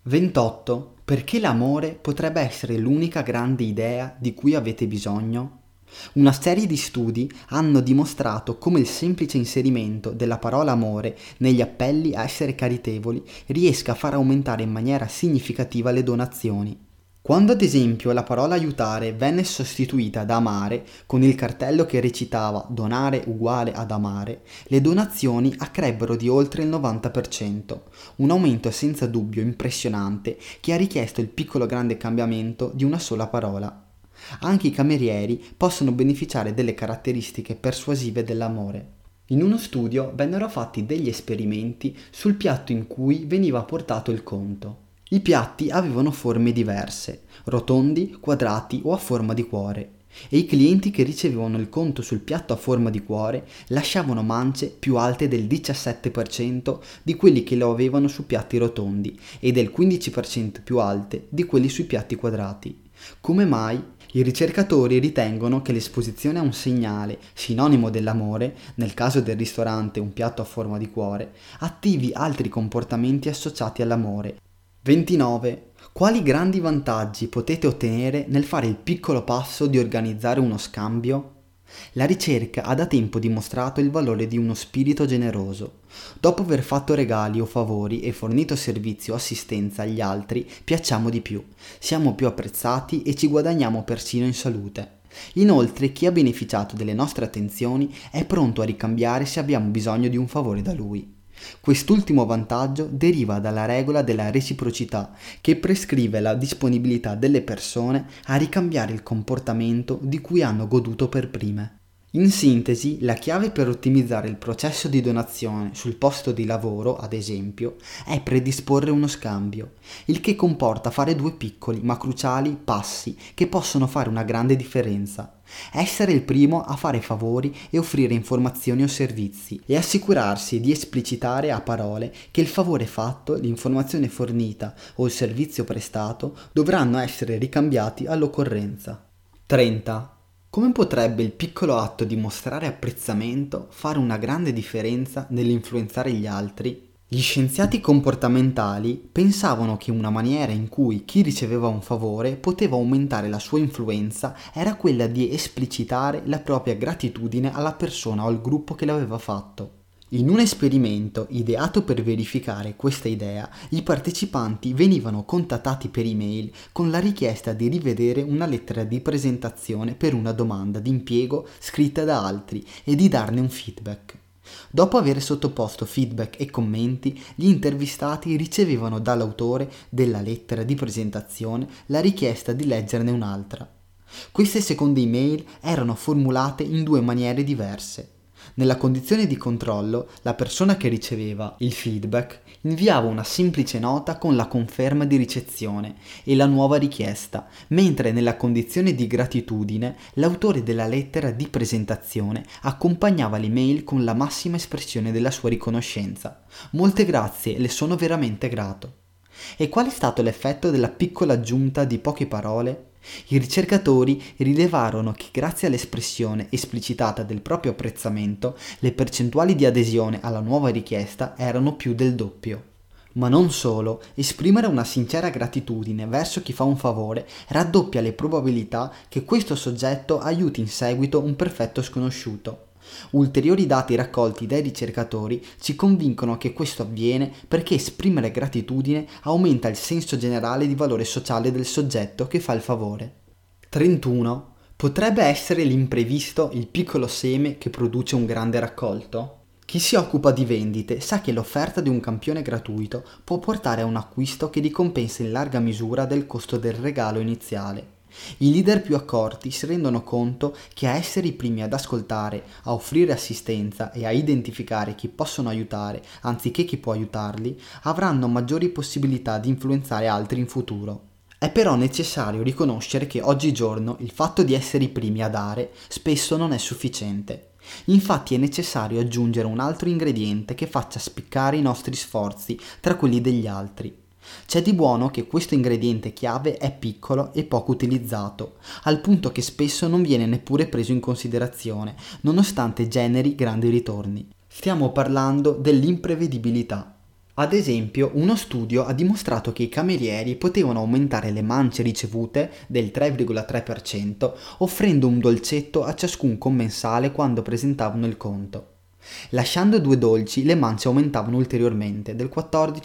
[SPEAKER 1] 28. Perché l'amore potrebbe essere l'unica grande idea di cui avete bisogno? Una serie di studi hanno dimostrato come il semplice inserimento della parola amore negli appelli a essere caritevoli riesca a far aumentare in maniera significativa le donazioni. Quando ad esempio la parola aiutare venne sostituita da amare con il cartello che recitava donare uguale ad amare, le donazioni accrebbero di oltre il 90%, un aumento senza dubbio impressionante che ha richiesto il piccolo grande cambiamento di una sola parola. Anche i camerieri possono beneficiare delle caratteristiche persuasive dell'amore. In uno studio vennero fatti degli esperimenti sul piatto in cui veniva portato il conto. I piatti avevano forme diverse, rotondi, quadrati o a forma di cuore, e i clienti che ricevevano il conto sul piatto a forma di cuore lasciavano mance più alte del 17% di quelli che lo avevano su piatti rotondi e del 15% più alte di quelli sui piatti quadrati. Come mai? I ricercatori ritengono che l'esposizione a un segnale, sinonimo dell'amore, nel caso del ristorante un piatto a forma di cuore, attivi altri comportamenti associati all'amore. 29. Quali grandi vantaggi potete ottenere nel fare il piccolo passo di organizzare uno scambio? La ricerca ha da tempo dimostrato il valore di uno spirito generoso. Dopo aver fatto regali o favori e fornito servizio o assistenza agli altri, piacciamo di più, siamo più apprezzati e ci guadagniamo persino in salute. Inoltre, chi ha beneficiato delle nostre attenzioni è pronto a ricambiare se abbiamo bisogno di un favore da lui. Quest'ultimo vantaggio deriva dalla regola della reciprocità, che prescrive la disponibilità delle persone a ricambiare il comportamento di cui hanno goduto per prime. In sintesi, la chiave per ottimizzare il processo di donazione sul posto di lavoro, ad esempio, è predisporre uno scambio, il che comporta fare due piccoli ma cruciali passi che possono fare una grande differenza. Essere il primo a fare favori e offrire informazioni o servizi e assicurarsi di esplicitare a parole che il favore fatto, l'informazione fornita o il servizio prestato dovranno essere ricambiati all'occorrenza. 30. Come potrebbe il piccolo atto di mostrare apprezzamento fare una grande differenza nell'influenzare gli altri? Gli scienziati comportamentali pensavano che una maniera in cui chi riceveva un favore poteva aumentare la sua influenza era quella di esplicitare la propria gratitudine alla persona o al gruppo che l'aveva fatto. In un esperimento ideato per verificare questa idea, i partecipanti venivano contattati per email con la richiesta di rivedere una lettera di presentazione per una domanda di impiego scritta da altri e di darne un feedback. Dopo aver sottoposto feedback e commenti, gli intervistati ricevevano dall'autore della lettera di presentazione la richiesta di leggerne un'altra. Queste seconde email erano formulate in due maniere diverse. Nella condizione di controllo, la persona che riceveva il feedback inviava una semplice nota con la conferma di ricezione e la nuova richiesta, mentre nella condizione di gratitudine, l'autore della lettera di presentazione accompagnava l'email con la massima espressione della sua riconoscenza. Molte grazie, le sono veramente grato. E qual è stato l'effetto della piccola aggiunta di poche parole? I ricercatori rilevarono che grazie all'espressione esplicitata del proprio apprezzamento, le percentuali di adesione alla nuova richiesta erano più del doppio. Ma non solo, esprimere una sincera gratitudine verso chi fa un favore raddoppia le probabilità che questo soggetto aiuti in seguito un perfetto sconosciuto. Ulteriori dati raccolti dai ricercatori ci convincono che questo avviene perché esprimere gratitudine aumenta il senso generale di valore sociale del soggetto che fa il favore. 31. Potrebbe essere l'imprevisto il piccolo seme che produce un grande raccolto? Chi si occupa di vendite sa che l'offerta di un campione gratuito può portare a un acquisto che ricompensa in larga misura del costo del regalo iniziale. I leader più accorti si rendono conto che a essere i primi ad ascoltare, a offrire assistenza e a identificare chi possono aiutare anziché chi può aiutarli, avranno maggiori possibilità di influenzare altri in futuro. È però necessario riconoscere che oggigiorno il fatto di essere i primi a dare spesso non è sufficiente. Infatti è necessario aggiungere un altro ingrediente che faccia spiccare i nostri sforzi tra quelli degli altri. C'è di buono che questo ingrediente chiave è piccolo e poco utilizzato, al punto che spesso non viene neppure preso in considerazione, nonostante generi grandi ritorni. Stiamo parlando dell'imprevedibilità. Ad esempio, uno studio ha dimostrato che i camerieri potevano aumentare le mance ricevute del 3,3%, offrendo un dolcetto a ciascun commensale quando presentavano il conto. Lasciando 2 dolci, le mance aumentavano ulteriormente del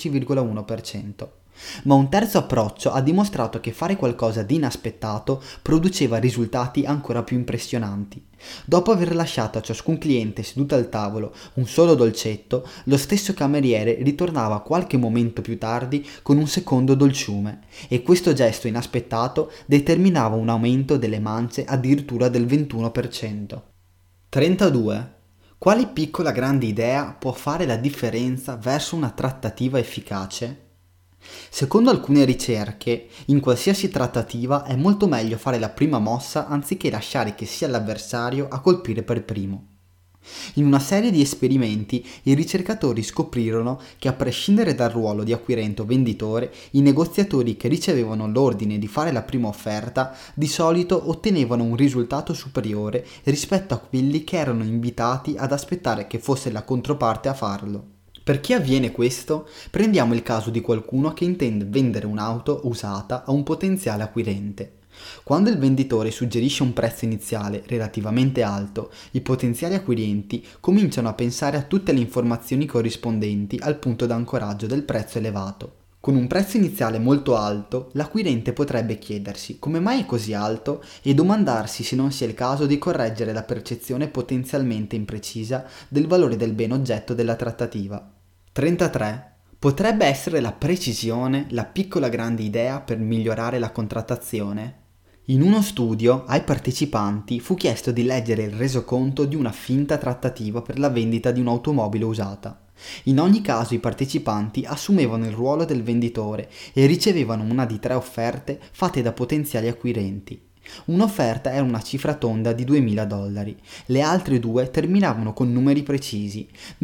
[SPEAKER 1] 14,1%. Ma un terzo approccio ha dimostrato che fare qualcosa di inaspettato produceva risultati ancora più impressionanti. Dopo aver lasciato a ciascun cliente seduto al tavolo un solo dolcetto, lo stesso cameriere ritornava qualche momento più tardi con un secondo dolciume, e questo gesto inaspettato determinava un aumento delle mance addirittura del 21%. 32. Quale piccola grande idea può fare la differenza verso una trattativa efficace? Secondo alcune ricerche, in qualsiasi trattativa è molto meglio fare la prima mossa anziché lasciare che sia l'avversario a colpire per primo. In una serie di esperimenti, i ricercatori scoprirono che a prescindere dal ruolo di acquirente o venditore, i negoziatori che ricevevano l'ordine di fare la prima offerta di solito ottenevano un risultato superiore rispetto a quelli che erano invitati ad aspettare che fosse la controparte a farlo. Perché avviene questo? Prendiamo il caso di qualcuno che intende vendere un'auto usata a un potenziale acquirente. Quando il venditore suggerisce un prezzo iniziale relativamente alto, i potenziali acquirenti cominciano a pensare a tutte le informazioni corrispondenti al punto d'ancoraggio del prezzo elevato. Con un prezzo iniziale molto alto, l'acquirente potrebbe chiedersi come mai è così alto e domandarsi se non sia il caso di correggere la percezione potenzialmente imprecisa del valore del bene oggetto della trattativa. 33. Potrebbe essere la precisione la piccola grande idea per migliorare la contrattazione? In uno studio ai partecipanti fu chiesto di leggere il resoconto di una finta trattativa per la vendita di un'automobile usata. In ogni caso i partecipanti assumevano il ruolo del venditore e ricevevano una di 3 offerte fatte da potenziali acquirenti. Un'offerta era una cifra tonda di $2.000, le altre 2 terminavano con numeri precisi,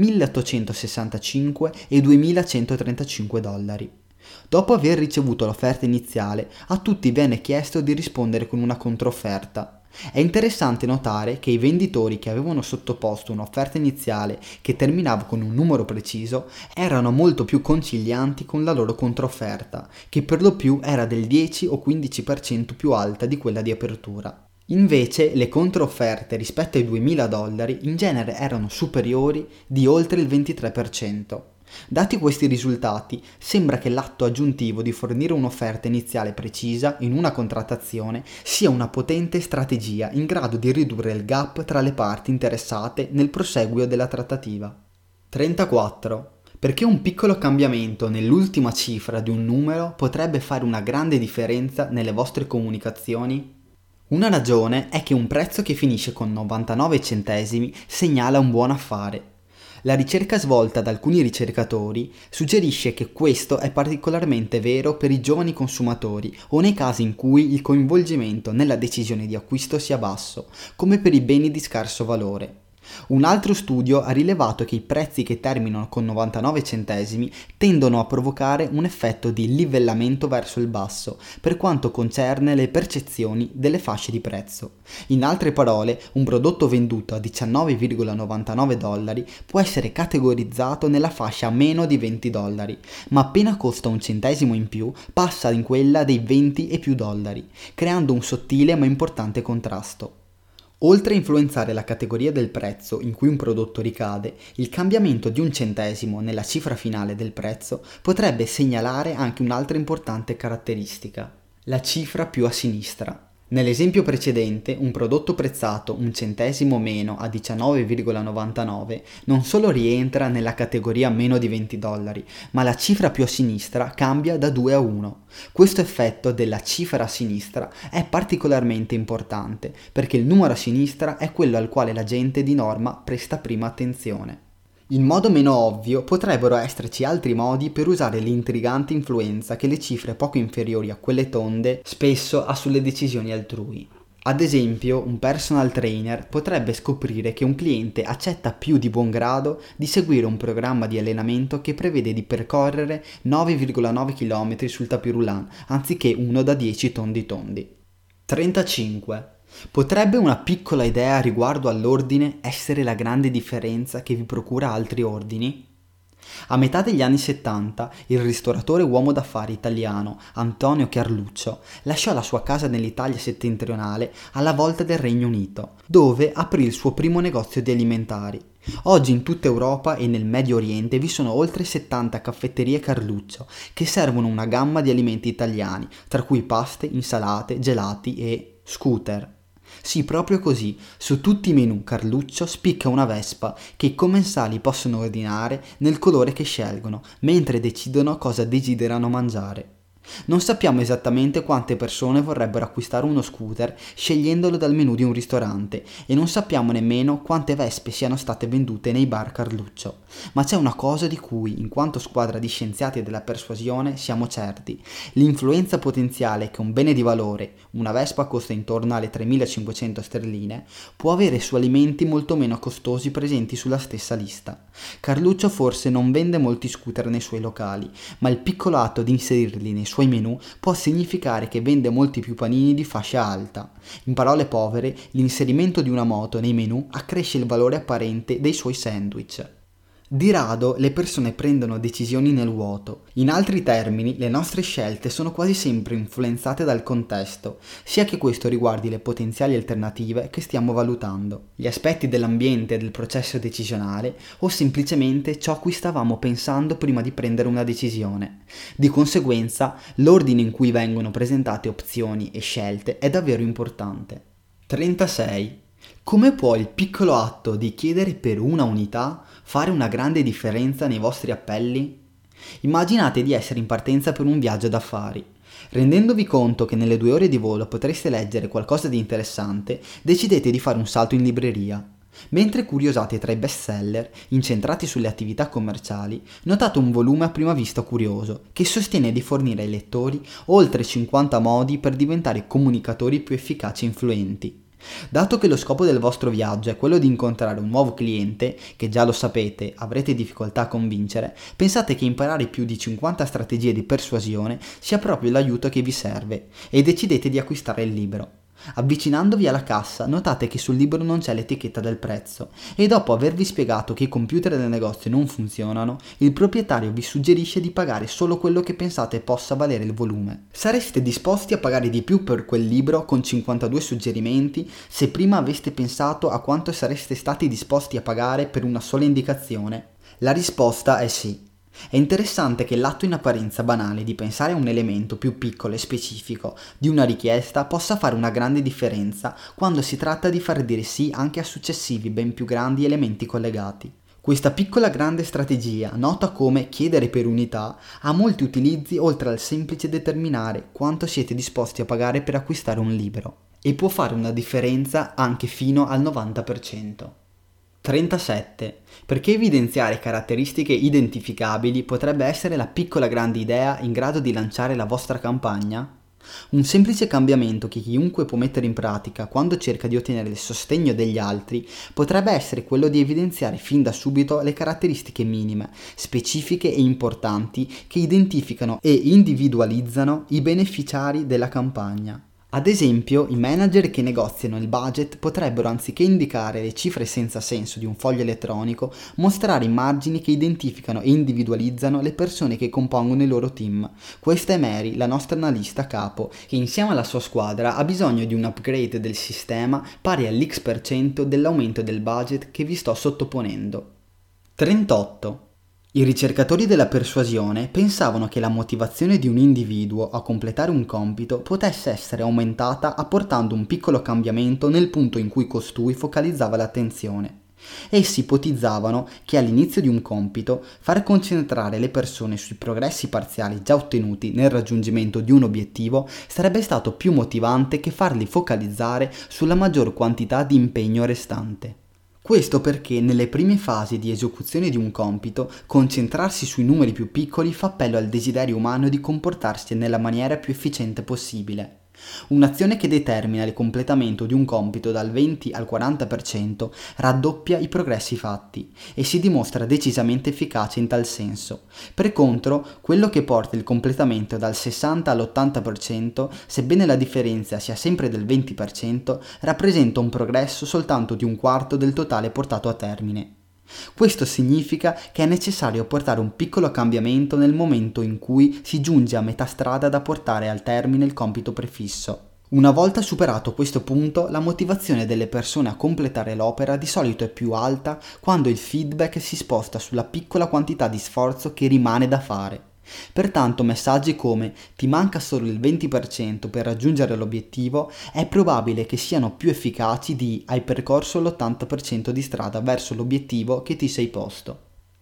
[SPEAKER 1] 1.865 e $2.135. Dopo aver ricevuto l'offerta iniziale, a tutti venne chiesto di rispondere con una controfferta. È interessante notare che i venditori che avevano sottoposto un'offerta iniziale che terminava con un numero preciso erano molto più concilianti con la loro controfferta, che per lo più era del 10 o 15% più alta di quella di apertura. Invece le controfferte rispetto ai $2.000 in genere erano superiori di oltre il 23%. Dati questi risultati, sembra che l'atto aggiuntivo di fornire un'offerta iniziale precisa in una contrattazione sia una potente strategia in grado di ridurre il gap tra le parti interessate nel proseguio della trattativa. 34. Perché un piccolo cambiamento nell'ultima cifra di un numero potrebbe fare una grande differenza nelle vostre comunicazioni? Una ragione è che un prezzo che finisce con 99 centesimi segnala un buon affare. La ricerca svolta da alcuni ricercatori suggerisce che questo è particolarmente vero per i giovani consumatori o nei casi in cui il coinvolgimento nella decisione di acquisto sia basso, come per i beni di scarso valore. Un altro studio ha rilevato che i prezzi che terminano con 99 centesimi tendono a provocare un effetto di livellamento verso il basso per quanto concerne le percezioni delle fasce di prezzo. In altre parole, un prodotto venduto a 19,99 dollari può essere categorizzato nella fascia meno di 20 dollari, ma appena costa un centesimo in più passa in quella dei 20 e più dollari, creando un sottile ma importante contrasto. Oltre a influenzare la categoria del prezzo in cui un prodotto ricade, il cambiamento di un centesimo nella cifra finale del prezzo potrebbe segnalare anche un'altra importante caratteristica: la cifra più a sinistra. Nell'esempio precedente, un prodotto prezzato un centesimo meno a 19,99 non solo rientra nella categoria meno di 20 dollari, ma la cifra più a sinistra cambia da 2 a 1. Questo effetto della cifra a sinistra è particolarmente importante perché il numero a sinistra è quello al quale la gente di norma presta prima attenzione. In modo meno ovvio potrebbero esserci altri modi per usare l'intrigante influenza che le cifre poco inferiori a quelle tonde spesso ha sulle decisioni altrui. Ad esempio, un personal trainer potrebbe scoprire che un cliente accetta più di buon grado di seguire un programma di allenamento che prevede di percorrere 9,9 km sul tapis roulant anziché uno da 10 tondi tondi. 35. Potrebbe una piccola idea riguardo all'ordine essere la grande differenza che vi procura altri ordini? A metà degli anni 70, il ristoratore uomo d'affari italiano Antonio Carluccio lasciò la sua casa nell'Italia settentrionale alla volta del Regno Unito, dove aprì il suo primo negozio di alimentari. Oggi in tutta Europa e nel Medio Oriente vi sono oltre 70 caffetterie Carluccio che servono una gamma di alimenti italiani, tra cui paste, insalate, gelati e scooter. Sì, proprio così, su tutti i menù Carluccio spicca una vespa che i commensali possono ordinare nel colore che scelgono, mentre decidono cosa desiderano mangiare. Non sappiamo esattamente quante persone vorrebbero acquistare uno scooter scegliendolo dal menù di un ristorante e non sappiamo nemmeno quante vespe siano state vendute nei bar Carluccio. Ma c'è una cosa di cui, in quanto squadra di scienziati della persuasione, siamo certi: l'influenza potenziale che un bene di valore, una vespa costa intorno alle 3.500 sterline, può avere su alimenti molto meno costosi presenti sulla stessa lista. Carluccio forse non vende molti scooter nei suoi locali, ma il piccolo atto di inserirli nei suoi menù può significare che vende molti più panini di fascia alta. In parole povere, l'inserimento di una moto nei menù accresce il valore apparente dei suoi sandwich. Di rado le persone prendono decisioni nel vuoto. In altri termini, le nostre scelte sono quasi sempre influenzate dal contesto, sia che questo riguardi le potenziali alternative che stiamo valutando, gli aspetti dell'ambiente e del processo decisionale, o semplicemente ciò a cui stavamo pensando prima di prendere una decisione. Di conseguenza, l'ordine in cui vengono presentate opzioni e scelte è davvero importante. 36. Come può il piccolo atto di chiedere per una unità fare una grande differenza nei vostri appelli? Immaginate di essere in partenza per un viaggio d'affari. Rendendovi conto che nelle 2 ore di volo potreste leggere qualcosa di interessante, decidete di fare un salto in libreria. Mentre curiosate tra i bestseller, incentrati sulle attività commerciali, notate un volume a prima vista curioso, che sostiene di fornire ai lettori oltre 50 modi per diventare comunicatori più efficaci e influenti. Dato che lo scopo del vostro viaggio è quello di incontrare un nuovo cliente, che già lo sapete avrete difficoltà a convincere, pensate che imparare più di 50 strategie di persuasione sia proprio l'aiuto che vi serve e decidete di acquistare il libro. Avvicinandovi alla cassa notate che sul libro non c'è l'etichetta del prezzo e dopo avervi spiegato che i computer del negozio non funzionano, il proprietario vi suggerisce di pagare solo quello che pensate possa valere il volume. Sareste disposti a pagare di più per quel libro con 52 suggerimenti se prima aveste pensato a quanto sareste stati disposti a pagare per una sola indicazione? La risposta è sì. È interessante che l'atto in apparenza banale di pensare a un elemento più piccolo e specifico di una richiesta possa fare una grande differenza quando si tratta di far dire sì anche a successivi ben più grandi elementi collegati. Questa piccola grande strategia, nota come chiedere per unità, ha molti utilizzi oltre al semplice determinare quanto siete disposti a pagare per acquistare un libro, e può fare una differenza anche fino al 90%. 37. Perché evidenziare caratteristiche identificabili potrebbe essere la piccola grande idea in grado di lanciare la vostra campagna? Un semplice cambiamento che chiunque può mettere in pratica quando cerca di ottenere il sostegno degli altri potrebbe essere quello di evidenziare fin da subito le caratteristiche minime, specifiche e importanti che identificano e individualizzano i beneficiari della campagna. Ad esempio, i manager che negoziano il budget potrebbero, anziché indicare le cifre senza senso di un foglio elettronico, mostrare immagini che identificano e individualizzano le persone che compongono il loro team. Questa è Mary, la nostra analista capo, che insieme alla sua squadra ha bisogno di un upgrade del sistema pari all'X% dell'aumento del budget che vi sto sottoponendo. 38. I ricercatori della persuasione pensavano che la motivazione di un individuo a completare un compito potesse essere aumentata apportando un piccolo cambiamento nel punto in cui costui focalizzava l'attenzione. Essi ipotizzavano che all'inizio di un compito far concentrare le persone sui progressi parziali già ottenuti nel raggiungimento di un obiettivo sarebbe stato più motivante che farli focalizzare sulla maggior quantità di impegno restante. Questo perché nelle prime fasi di esecuzione di un compito, concentrarsi sui numeri più piccoli fa appello al desiderio umano di comportarsi nella maniera più efficiente possibile. Un'azione che determina il completamento di un compito dal 20 al 40% raddoppia i progressi fatti e si dimostra decisamente efficace in tal senso. Per contro, quello che porta il completamento dal 60 all'80%, sebbene la differenza sia sempre del 20%, rappresenta un progresso soltanto di un quarto del totale portato a termine. Questo significa che è necessario portare un piccolo cambiamento nel momento in cui si giunge a metà strada da portare al termine il compito prefisso. Una volta superato questo punto, la motivazione delle persone a completare l'opera di solito è più alta quando il feedback si sposta sulla piccola quantità di sforzo che rimane da fare. Pertanto messaggi come "ti manca solo il 20% per raggiungere l'obiettivo" è probabile che siano più efficaci di "hai percorso l'80% di strada verso l'obiettivo che ti sei posto".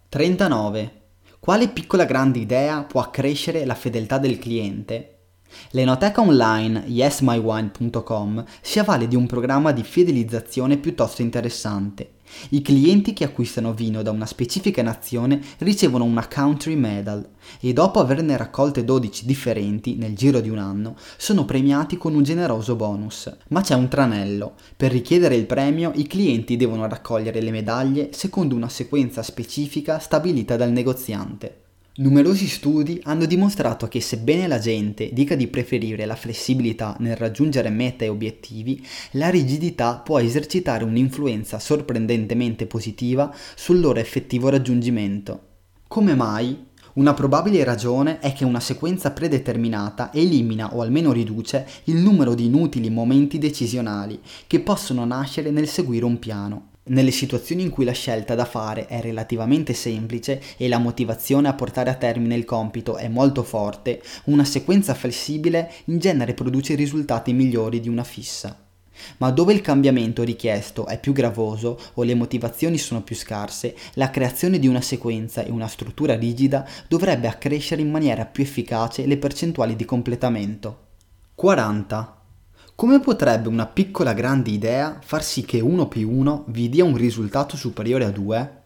[SPEAKER 1] 39. Quale piccola grande idea può accrescere la fedeltà del cliente? L'enoteca online yesmywine.com si avvale di un programma di fidelizzazione piuttosto interessante. I clienti che acquistano vino da una specifica nazione ricevono una Country Medal e dopo averne raccolte 12 differenti nel giro di un anno sono premiati con un generoso bonus. Ma c'è un tranello: per richiedere il premio i clienti devono raccogliere le medaglie secondo una sequenza specifica stabilita dal negoziante. Numerosi studi hanno dimostrato che sebbene la gente dica di preferire la flessibilità nel raggiungere mete e obiettivi, la rigidità può esercitare un'influenza sorprendentemente positiva sul loro effettivo raggiungimento. Come mai? Una probabile ragione è che una sequenza predeterminata elimina o almeno riduce il numero di inutili momenti decisionali che possono nascere nel seguire un piano. Nelle situazioni in cui la scelta da fare è relativamente semplice e la motivazione a portare a termine il compito è molto forte, una sequenza flessibile in genere produce risultati migliori di una fissa. Ma dove il cambiamento richiesto è più gravoso o le motivazioni sono più scarse, la creazione di una sequenza e una struttura rigida dovrebbe accrescere in maniera più efficace le percentuali di completamento. 40. Come potrebbe una piccola grande idea far sì che 1 più 1 vi dia un risultato superiore a 2?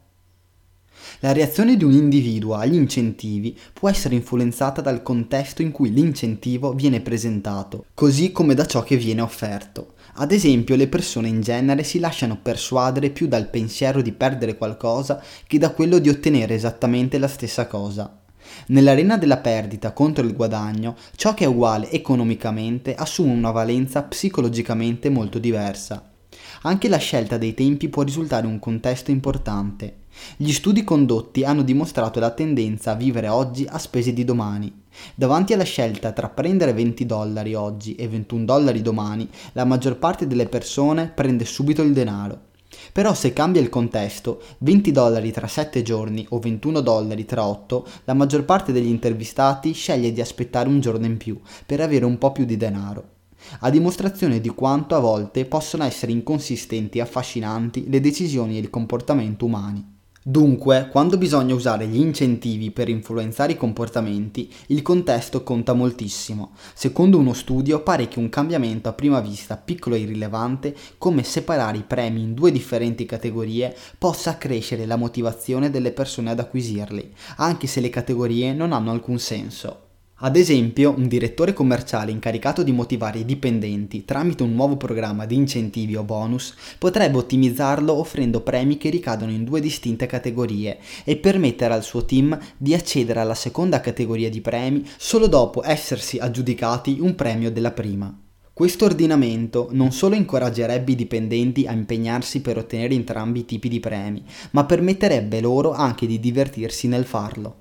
[SPEAKER 1] La reazione di un individuo agli incentivi può essere influenzata dal contesto in cui l'incentivo viene presentato, così come da ciò che viene offerto. Ad esempio, le persone in genere si lasciano persuadere più dal pensiero di perdere qualcosa che da quello di ottenere esattamente la stessa cosa. Nell'arena della perdita contro il guadagno, ciò che è uguale economicamente assume una valenza psicologicamente molto diversa. Anche la scelta dei tempi può risultare un contesto importante. Gli studi condotti hanno dimostrato la tendenza a vivere oggi a spese di domani. Davanti alla scelta tra prendere $20 oggi e $21 domani, la maggior parte delle persone prende subito il denaro. Però se cambia il contesto, $20 tra 7 giorni o $21 tra 8, la maggior parte degli intervistati sceglie di aspettare un giorno in più per avere un po' più di denaro. A dimostrazione di quanto a volte possono essere inconsistenti e affascinanti le decisioni e il comportamento umani. Dunque, quando bisogna usare gli incentivi per influenzare i comportamenti, il contesto conta moltissimo. Secondo uno studio, pare che un cambiamento a prima vista piccolo e irrilevante, come separare i premi in 2 differenti categorie, possa accrescere la motivazione delle persone ad acquisirli, anche se le categorie non hanno alcun senso. Ad esempio, un direttore commerciale incaricato di motivare i dipendenti tramite un nuovo programma di incentivi o bonus potrebbe ottimizzarlo offrendo premi che ricadono in due distinte categorie e permettere al suo team di accedere alla seconda categoria di premi solo dopo essersi aggiudicati un premio della prima. Questo ordinamento non solo incoraggerebbe i dipendenti a impegnarsi per ottenere entrambi i tipi di premi, ma permetterebbe loro anche di divertirsi nel farlo.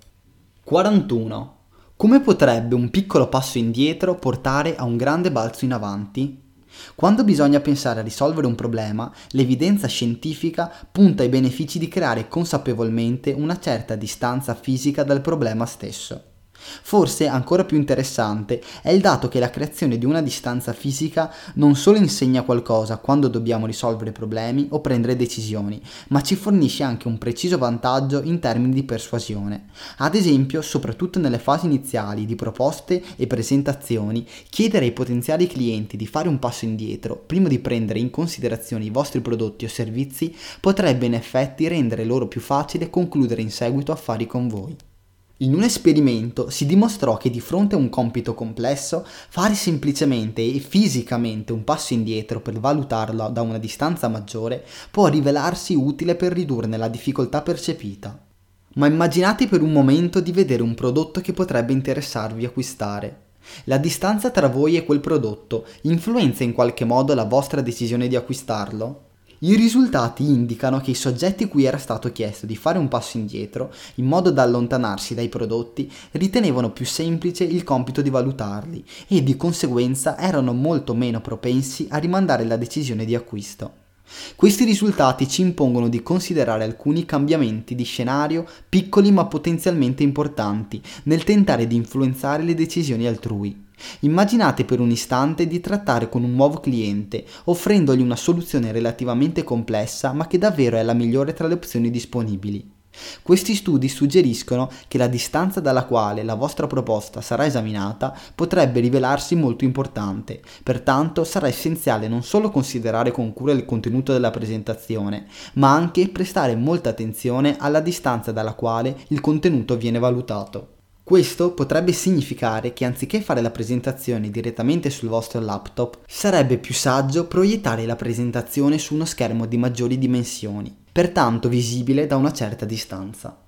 [SPEAKER 1] 41. Come potrebbe un piccolo passo indietro portare a un grande balzo in avanti? Quando bisogna pensare a risolvere un problema, l'evidenza scientifica punta ai benefici di creare consapevolmente una certa distanza fisica dal problema stesso. Forse ancora più interessante è il dato che la creazione di una distanza fisica non solo insegna qualcosa quando dobbiamo risolvere problemi o prendere decisioni, ma ci fornisce anche un preciso vantaggio in termini di persuasione. Ad esempio, soprattutto nelle fasi iniziali di proposte e presentazioni, chiedere ai potenziali clienti di fare un passo indietro prima di prendere in considerazione i vostri prodotti o servizi potrebbe in effetti rendere loro più facile concludere in seguito affari con voi. In un esperimento si dimostrò che di fronte a un compito complesso, fare semplicemente e fisicamente un passo indietro per valutarlo da una distanza maggiore può rivelarsi utile per ridurne la difficoltà percepita. Ma immaginate per un momento di vedere un prodotto che potrebbe interessarvi acquistare. La distanza tra voi e quel prodotto influenza in qualche modo la vostra decisione di acquistarlo? I risultati indicano che i soggetti cui era stato chiesto di fare un passo indietro, in modo da allontanarsi dai prodotti, ritenevano più semplice il compito di valutarli e di conseguenza erano molto meno propensi a rimandare la decisione di acquisto. Questi risultati ci impongono di considerare alcuni cambiamenti di scenario piccoli ma potenzialmente importanti nel tentare di influenzare le decisioni altrui. Immaginate per un istante di trattare con un nuovo cliente, offrendogli una soluzione relativamente complessa ma che davvero è la migliore tra le opzioni disponibili. Questi studi suggeriscono che la distanza dalla quale la vostra proposta sarà esaminata potrebbe rivelarsi molto importante, pertanto sarà essenziale non solo considerare con cura il contenuto della presentazione, ma anche prestare molta attenzione alla distanza dalla quale il contenuto viene valutato. Questo potrebbe significare che anziché fare la presentazione direttamente sul vostro laptop, sarebbe più saggio proiettare la presentazione su uno schermo di maggiori dimensioni, pertanto visibile da una certa distanza.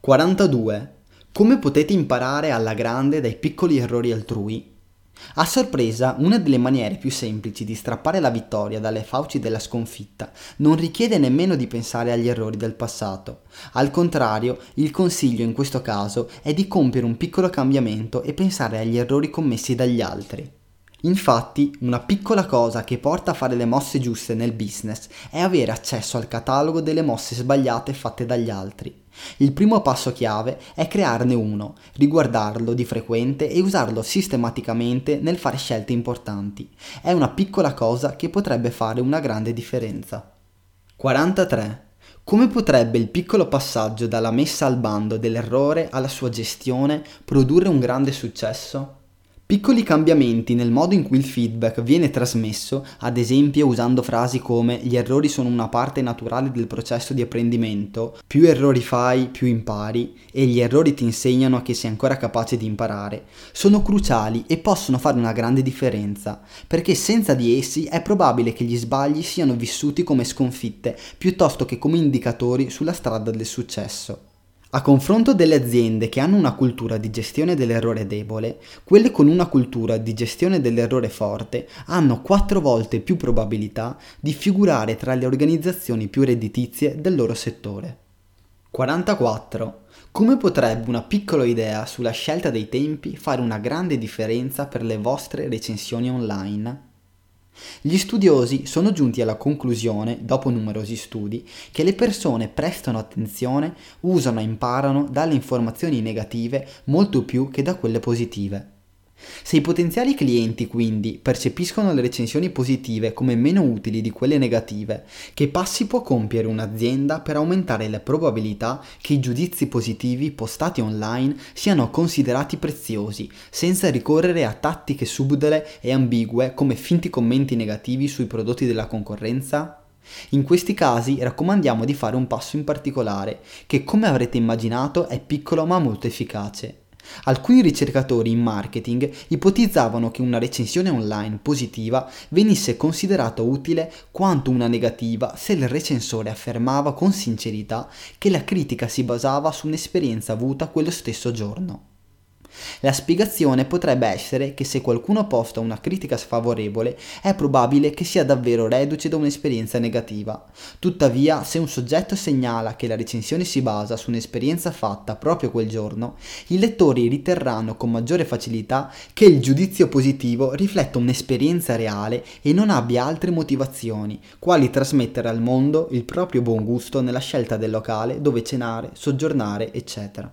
[SPEAKER 1] 42. Come potete imparare alla grande dai piccoli errori altrui? A sorpresa, una delle maniere più semplici di strappare la vittoria dalle fauci della sconfitta non richiede nemmeno di pensare agli errori del passato. Al contrario, il consiglio in questo caso è di compiere un piccolo cambiamento e pensare agli errori commessi dagli altri. Infatti, una piccola cosa che porta a fare le mosse giuste nel business è avere accesso al catalogo delle mosse sbagliate fatte dagli altri. Il primo passo chiave è crearne uno, riguardarlo di frequente e usarlo sistematicamente nel fare scelte importanti. È una piccola cosa che potrebbe fare una grande differenza. 43. Come potrebbe il piccolo passaggio dalla messa al bando dell'errore alla sua gestione produrre un grande successo? Piccoli cambiamenti nel modo in cui il feedback viene trasmesso, ad esempio usando frasi come gli errori sono una parte naturale del processo di apprendimento, più errori fai, più impari, e gli errori ti insegnano che sei ancora capace di imparare, sono cruciali e possono fare una grande differenza, perché senza di essi è probabile che gli sbagli siano vissuti come sconfitte piuttosto che come indicatori sulla strada del successo. A confronto delle aziende che hanno una cultura di gestione dell'errore debole, quelle con una cultura di gestione dell'errore forte hanno 4 volte più probabilità di figurare tra le organizzazioni più redditizie del loro settore. 44. Come potrebbe una piccola idea sulla scelta dei tempi fare una grande differenza per le vostre recensioni online? Gli studiosi sono giunti alla conclusione, dopo numerosi studi, che le persone prestano attenzione, usano e imparano dalle informazioni negative molto più che da quelle positive. Se i potenziali clienti quindi percepiscono le recensioni positive come meno utili di quelle negative, che passi può compiere un'azienda per aumentare la probabilità che i giudizi positivi postati online siano considerati preziosi, senza ricorrere a tattiche subdole e ambigue come finti commenti negativi sui prodotti della concorrenza? In questi casi raccomandiamo di fare un passo in particolare, che come avrete immaginato è piccolo ma molto efficace. Alcuni ricercatori in marketing ipotizzavano che una recensione online positiva venisse considerata utile quanto una negativa se il recensore affermava con sincerità che la critica si basava su un'esperienza avuta quello stesso giorno. La spiegazione potrebbe essere che se qualcuno posta una critica sfavorevole è probabile che sia davvero reduce da un'esperienza negativa. Tuttavia, se un soggetto segnala che la recensione si basa su un'esperienza fatta proprio quel giorno, i lettori riterranno con maggiore facilità che il giudizio positivo rifletta un'esperienza reale e non abbia altre motivazioni, quali trasmettere al mondo il proprio buon gusto nella scelta del locale dove cenare, soggiornare, eccetera.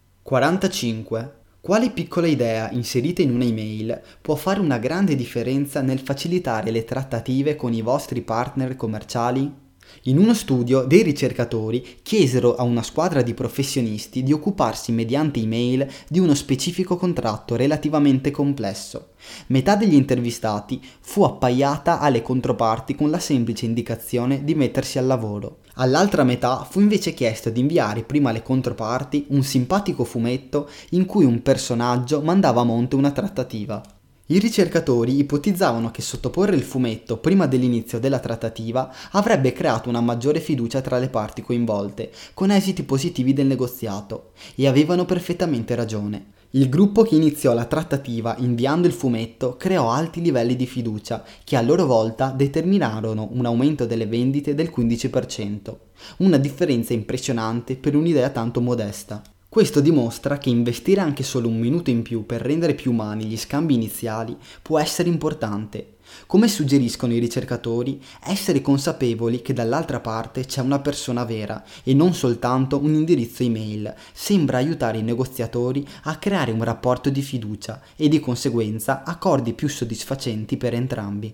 [SPEAKER 1] 45. Quale piccola idea inserita in un'email può fare una grande differenza nel facilitare le trattative con i vostri partner commerciali? In uno studio, dei ricercatori chiesero a una squadra di professionisti di occuparsi mediante email di uno specifico contratto relativamente complesso. Metà degli intervistati fu appaiata alle controparti con la semplice indicazione di mettersi al lavoro. All'altra metà fu invece chiesto di inviare prima alle controparti un simpatico fumetto in cui un personaggio mandava a monte una trattativa. I ricercatori ipotizzavano che sottoporre il fumetto prima dell'inizio della trattativa avrebbe creato una maggiore fiducia tra le parti coinvolte, con esiti positivi del negoziato, e avevano perfettamente ragione. Il gruppo che iniziò la trattativa inviando il fumetto creò alti livelli di fiducia, che a loro volta determinarono un aumento delle vendite del 15%, una differenza impressionante per un'idea tanto modesta. Questo dimostra che investire anche solo un minuto in più per rendere più umani gli scambi iniziali può essere importante. Come suggeriscono i ricercatori, essere consapevoli che dall'altra parte c'è una persona vera e non soltanto un indirizzo email sembra aiutare i negoziatori a creare un rapporto di fiducia e di conseguenza accordi più soddisfacenti per entrambi.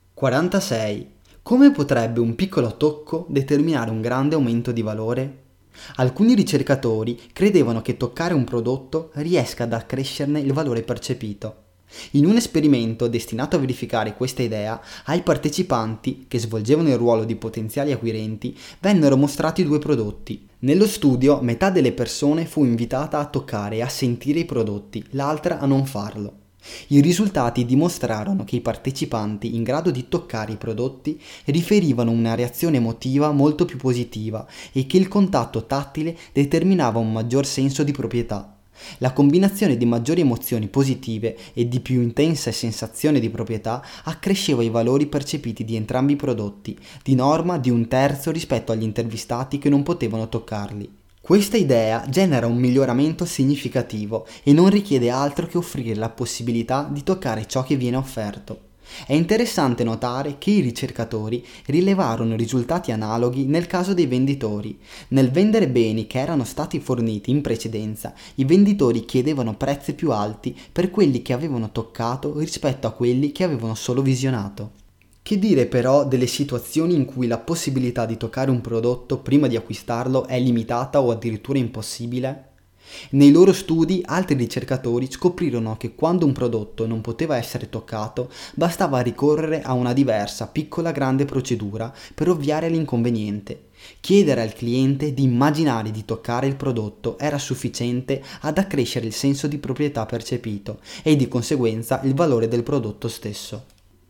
[SPEAKER 1] 46. Come potrebbe un piccolo tocco determinare un grande aumento di valore? Alcuni ricercatori credevano che toccare un prodotto riesca ad accrescerne il valore percepito. In un esperimento destinato a verificare questa idea, ai partecipanti, che svolgevano il ruolo di potenziali acquirenti, vennero mostrati due prodotti. Nello studio, metà delle persone fu invitata a toccare e a sentire i prodotti, l'altra a non farlo. I risultati dimostrarono che i partecipanti in grado di toccare i prodotti riferivano una reazione emotiva molto più positiva e che il contatto tattile determinava un maggior senso di proprietà. La combinazione di maggiori emozioni positive e di più intensa sensazione di proprietà accresceva i valori percepiti di entrambi i prodotti, di norma di 1/3 rispetto agli intervistati che non potevano toccarli. Questa idea genera un miglioramento significativo e non richiede altro che offrire la possibilità di toccare ciò che viene offerto. È interessante notare che i ricercatori rilevarono risultati analoghi nel caso dei venditori. Nel vendere beni che erano stati forniti in precedenza, i venditori chiedevano prezzi più alti per quelli che avevano toccato rispetto a quelli che avevano solo visionato. Che dire però delle situazioni in cui la possibilità di toccare un prodotto prima di acquistarlo è limitata o addirittura impossibile? Nei loro studi altri ricercatori scoprirono che quando un prodotto non poteva essere toccato, bastava ricorrere a una diversa, piccola grande procedura per ovviare all'inconveniente. Chiedere al cliente di immaginare di toccare il prodotto era sufficiente ad accrescere il senso di proprietà percepito e di conseguenza il valore del prodotto stesso.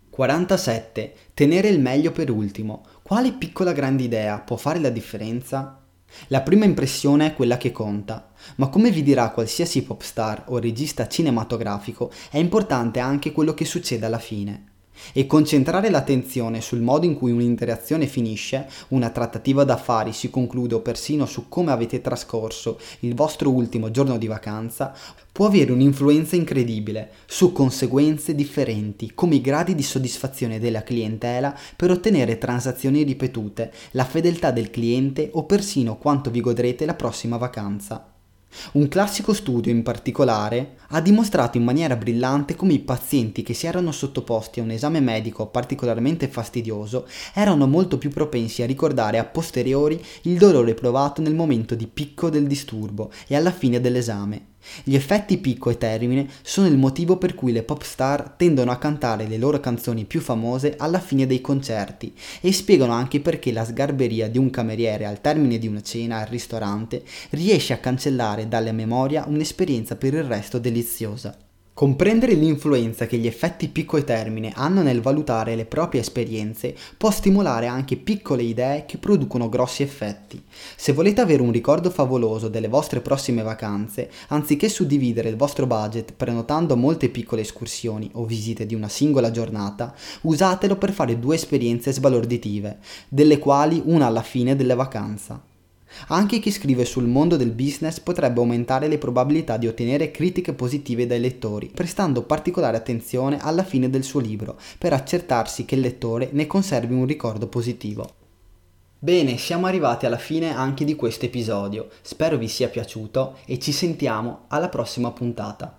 [SPEAKER 1] 47. Tenere il meglio per ultimo. Quale piccola grande idea può fare la differenza? La prima impressione è quella che conta, ma come vi dirà qualsiasi pop star o regista cinematografico, è importante anche quello che succede alla fine. E concentrare l'attenzione sul modo in cui un'interazione finisce, una trattativa d'affari si conclude o persino su come avete trascorso il vostro ultimo giorno di vacanza, può avere un'influenza incredibile su conseguenze differenti, come i gradi di soddisfazione della clientela per ottenere transazioni ripetute, la fedeltà del cliente o persino quanto vi godrete la prossima vacanza. Un classico studio in particolare ha dimostrato in maniera brillante come i pazienti che si erano sottoposti a un esame medico particolarmente fastidioso erano molto più propensi a ricordare a posteriori il dolore provato nel momento di picco del disturbo e alla fine dell'esame. Gli effetti picco e termine sono il motivo per cui le pop star tendono a cantare le loro canzoni più famose alla fine dei concerti e spiegano anche perché la sgarberia di un cameriere al termine di una cena al ristorante riesce a cancellare dalla memoria un'esperienza per il resto deliziosa. Comprendere l'influenza che gli effetti picco e termine hanno nel valutare le proprie esperienze può stimolare anche piccole idee che producono grossi effetti. Se volete avere un ricordo favoloso delle vostre prossime vacanze, anziché suddividere il vostro budget prenotando molte piccole escursioni o visite di una singola giornata, usatelo per fare 2 esperienze sbalorditive, delle quali una alla fine della vacanza. Anche chi scrive sul mondo del business potrebbe aumentare le probabilità di ottenere critiche positive dai lettori, prestando particolare attenzione alla fine del suo libro, per accertarsi che il lettore ne conservi un ricordo positivo. Bene, siamo arrivati alla fine anche di questo episodio, spero vi sia piaciuto e ci sentiamo alla prossima puntata.